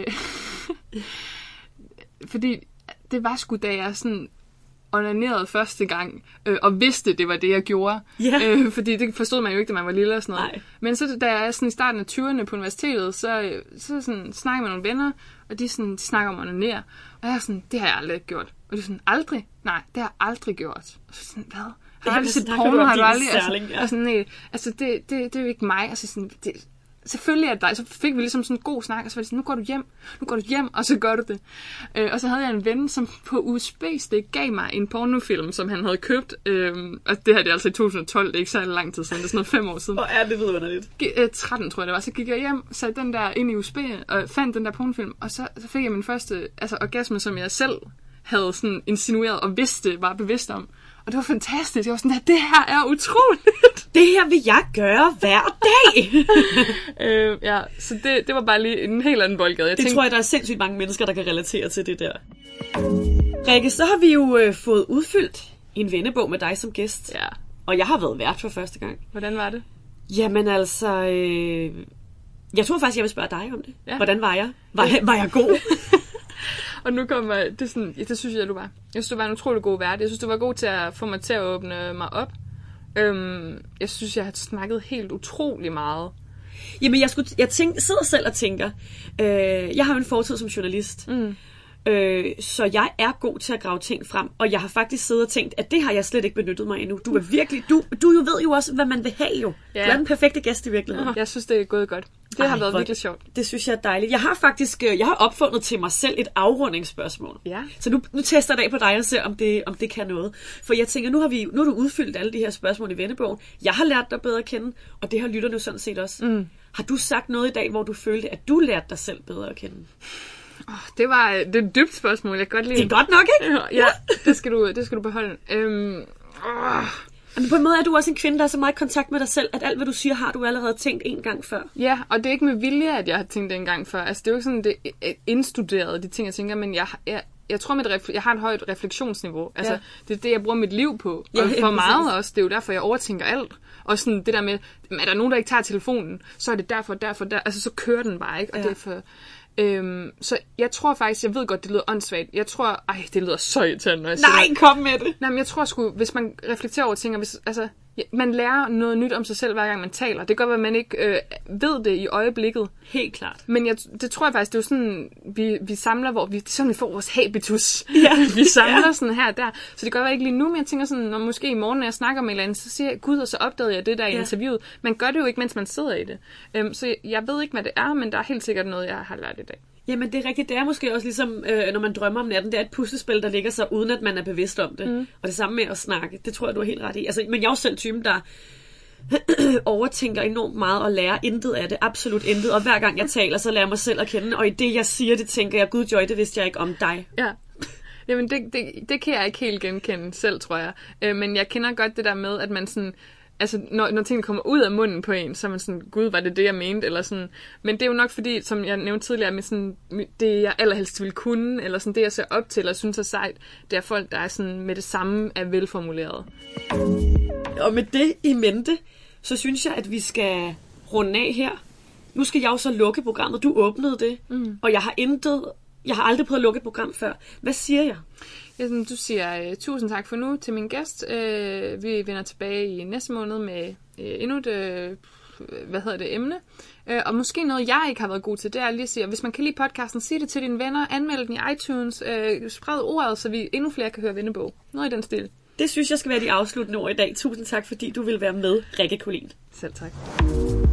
fordi det var sgu, da jeg sådan onanerede første gang, og vidste, det var det, jeg gjorde. Yeah. Fordi det forstod man jo ikke, da man var lille og sådan noget. Nej. Men så da jeg er sådan i starten af 20'erne på universitetet, så sådan, snakker med nogle venner, og de snakker om at onanere. Og jeg er sådan, det har jeg aldrig gjort. Og de er sådan, aldrig? Nej, det har jeg aldrig gjort. Og så sådan, hvad? Har du aldrig set porno? Har du aldrig? Og sådan, nej, altså det er jo ikke mig. Altså sådan, selvfølgelig er det dig. Så fik vi ligesom sådan en god snak, og så var det sådan, nu går du hjem, og så gør du det. Og så havde jeg en ven, som på USB-stik gav mig en pornofilm, som han havde købt. Og det her det er altså i 2012, det er ikke så lang tid siden, det er sådan noget 5 år siden. Hvor er det vidunderligt? 13 tror jeg det var. Så gik jeg hjem, satte den der ind i USB, og fandt den der pornofilm, og så fik jeg min første orgasme, som jeg selv havde sådan insinueret og var bevidst om. Og det var fantastisk. Jeg var sådan, det her er utroligt. Det her vil jeg gøre hver dag. Ja, så det var bare lige en helt anden boldgade. Tror jeg, der er sindssygt mange mennesker, der kan relatere til det der. Rikke, så har vi jo fået udfyldt en vennebog med dig som gæst. Ja. Og jeg har været vært for første gang. Hvordan var det? Jamen altså, jeg tror faktisk, jeg vil spørge dig om det. Ja. Hvordan var jeg? Var jeg god? Og nu kommer det sådan, det synes jeg, du var. Jeg synes, du var en utrolig god vært. Jeg synes, du var god til at få mig til at åbne mig op. Jeg synes, jeg har snakket helt utrolig meget. Jamen, jeg sidder selv og tænker, jeg har jo en fortid som journalist. Så jeg er god til at grave ting frem, og jeg har faktisk siddet og tænkt, at det har jeg slet ikke benyttet mig endnu. Du er virkelig, du ved jo også, hvad man vil have jo. Ja. Du er den perfekte gæst i virkeligheden. Jeg synes, det er gået godt. Det har været virkelig sjovt. Det synes jeg er dejligt. Jeg har opfundet til mig selv et afrundingsspørgsmål. Ja. Så nu tester jeg af på dig og ser, om det kan noget. For jeg tænker, nu har du udfyldt alle de her spørgsmål i vennebogen. Jeg har lært dig bedre at kende, og det har lytterne sådan set også. Har du sagt noget i dag, hvor du følte, at du lærte dig selv bedre at kende? Det er et dybt spørgsmål. Jeg kan godt lide. Det er godt nok, ikke? Ja, det skal du beholde. Men på en måde er du også en kvinde, der er så meget i kontakt med dig selv, at alt, hvad du siger, har du allerede tænkt en gang før. Ja, og det er ikke med vilje, at jeg har tænkt det en gang før. Altså, det er jo ikke sådan, det er indstuderet, de ting, jeg tænker, men jeg tror, jeg har et højt refleksionsniveau. Altså, ja. Det er det, jeg bruger mit liv på. Og for meget også. Det er jo derfor, jeg overtænker alt. Og sådan det der med, er der nogen, der ikke tager telefonen, så er det derfor. Altså, så kører den bare, ikke? Og det er for... Så jeg tror faktisk, jeg ved godt, det lyder åndssvagt. Jeg tror, det lyder så irriterende, når jeg siger det. Kom med det! Nej, men jeg tror sgu, hvis man reflekterer over ting, man lærer noget nyt om sig selv, hver gang man taler. Det kan godt være, at man ikke ved det i øjeblikket. Helt klart. Men det tror jeg faktisk, det er jo sådan, vi samler, hvor vi får vores habitus. Ja. Vi samler sådan her og der. Så det kan godt være ikke lige nu, men jeg tænker sådan, når måske i morgen, når jeg snakker med en eller anden, så siger jeg, gud, og så opdagede jeg det der i interviewet. Man gør det jo ikke, mens man sidder i det. Så jeg ved ikke, hvad det er, men der er helt sikkert noget, jeg har lært i dag. Jamen, det er rigtigt. Det er måske også ligesom, når man drømmer om natten, det er et puslespil, der ligger sig, uden at man er bevidst om det. Og det samme med at snakke. Det tror jeg, du er helt ret i. Altså, men jeg er jo selv typen, der overtænker enormt meget og lærer intet af det. Absolut intet. Og hver gang jeg taler, så lærer jeg mig selv at kende. Og i det, jeg siger, det tænker jeg, gud Joy, det vidste jeg ikke om dig. Ja. Jamen, det kan jeg ikke helt genkende selv, tror jeg. Men jeg kender godt det der med, at man sådan... Altså, når tingene kommer ud af munden på en, så er man sådan, gud, var det jeg mente? Eller sådan. Men det er jo nok fordi, som jeg nævnte tidligere, med sådan, det jeg allerhelst vil kunne, eller sådan det, jeg ser op til, og synes er sejt, det er folk, der er sådan, med det samme er velformuleret. Og med det i mente, så synes jeg, at vi skal runde af her. Nu skal jeg jo så lukke programmet. Du åbnede det, og jeg har aldrig prøvet at lukke et program før. Hvad siger jeg? Du siger tusind tak for nu til min gæst. Vi vender tilbage i næste måned med endnu et emne. Og måske noget, jeg ikke har været god til, det er lige at sige, hvis man kan lide podcasten, sig det til dine venner, anmeld den i iTunes, spred ordet, så vi endnu flere kan høre Vennebog. Noget i den stil. Det synes jeg skal være de afsluttende ord i dag. Tusind tak, fordi du vil være med, Rikke Collin. Selv tak.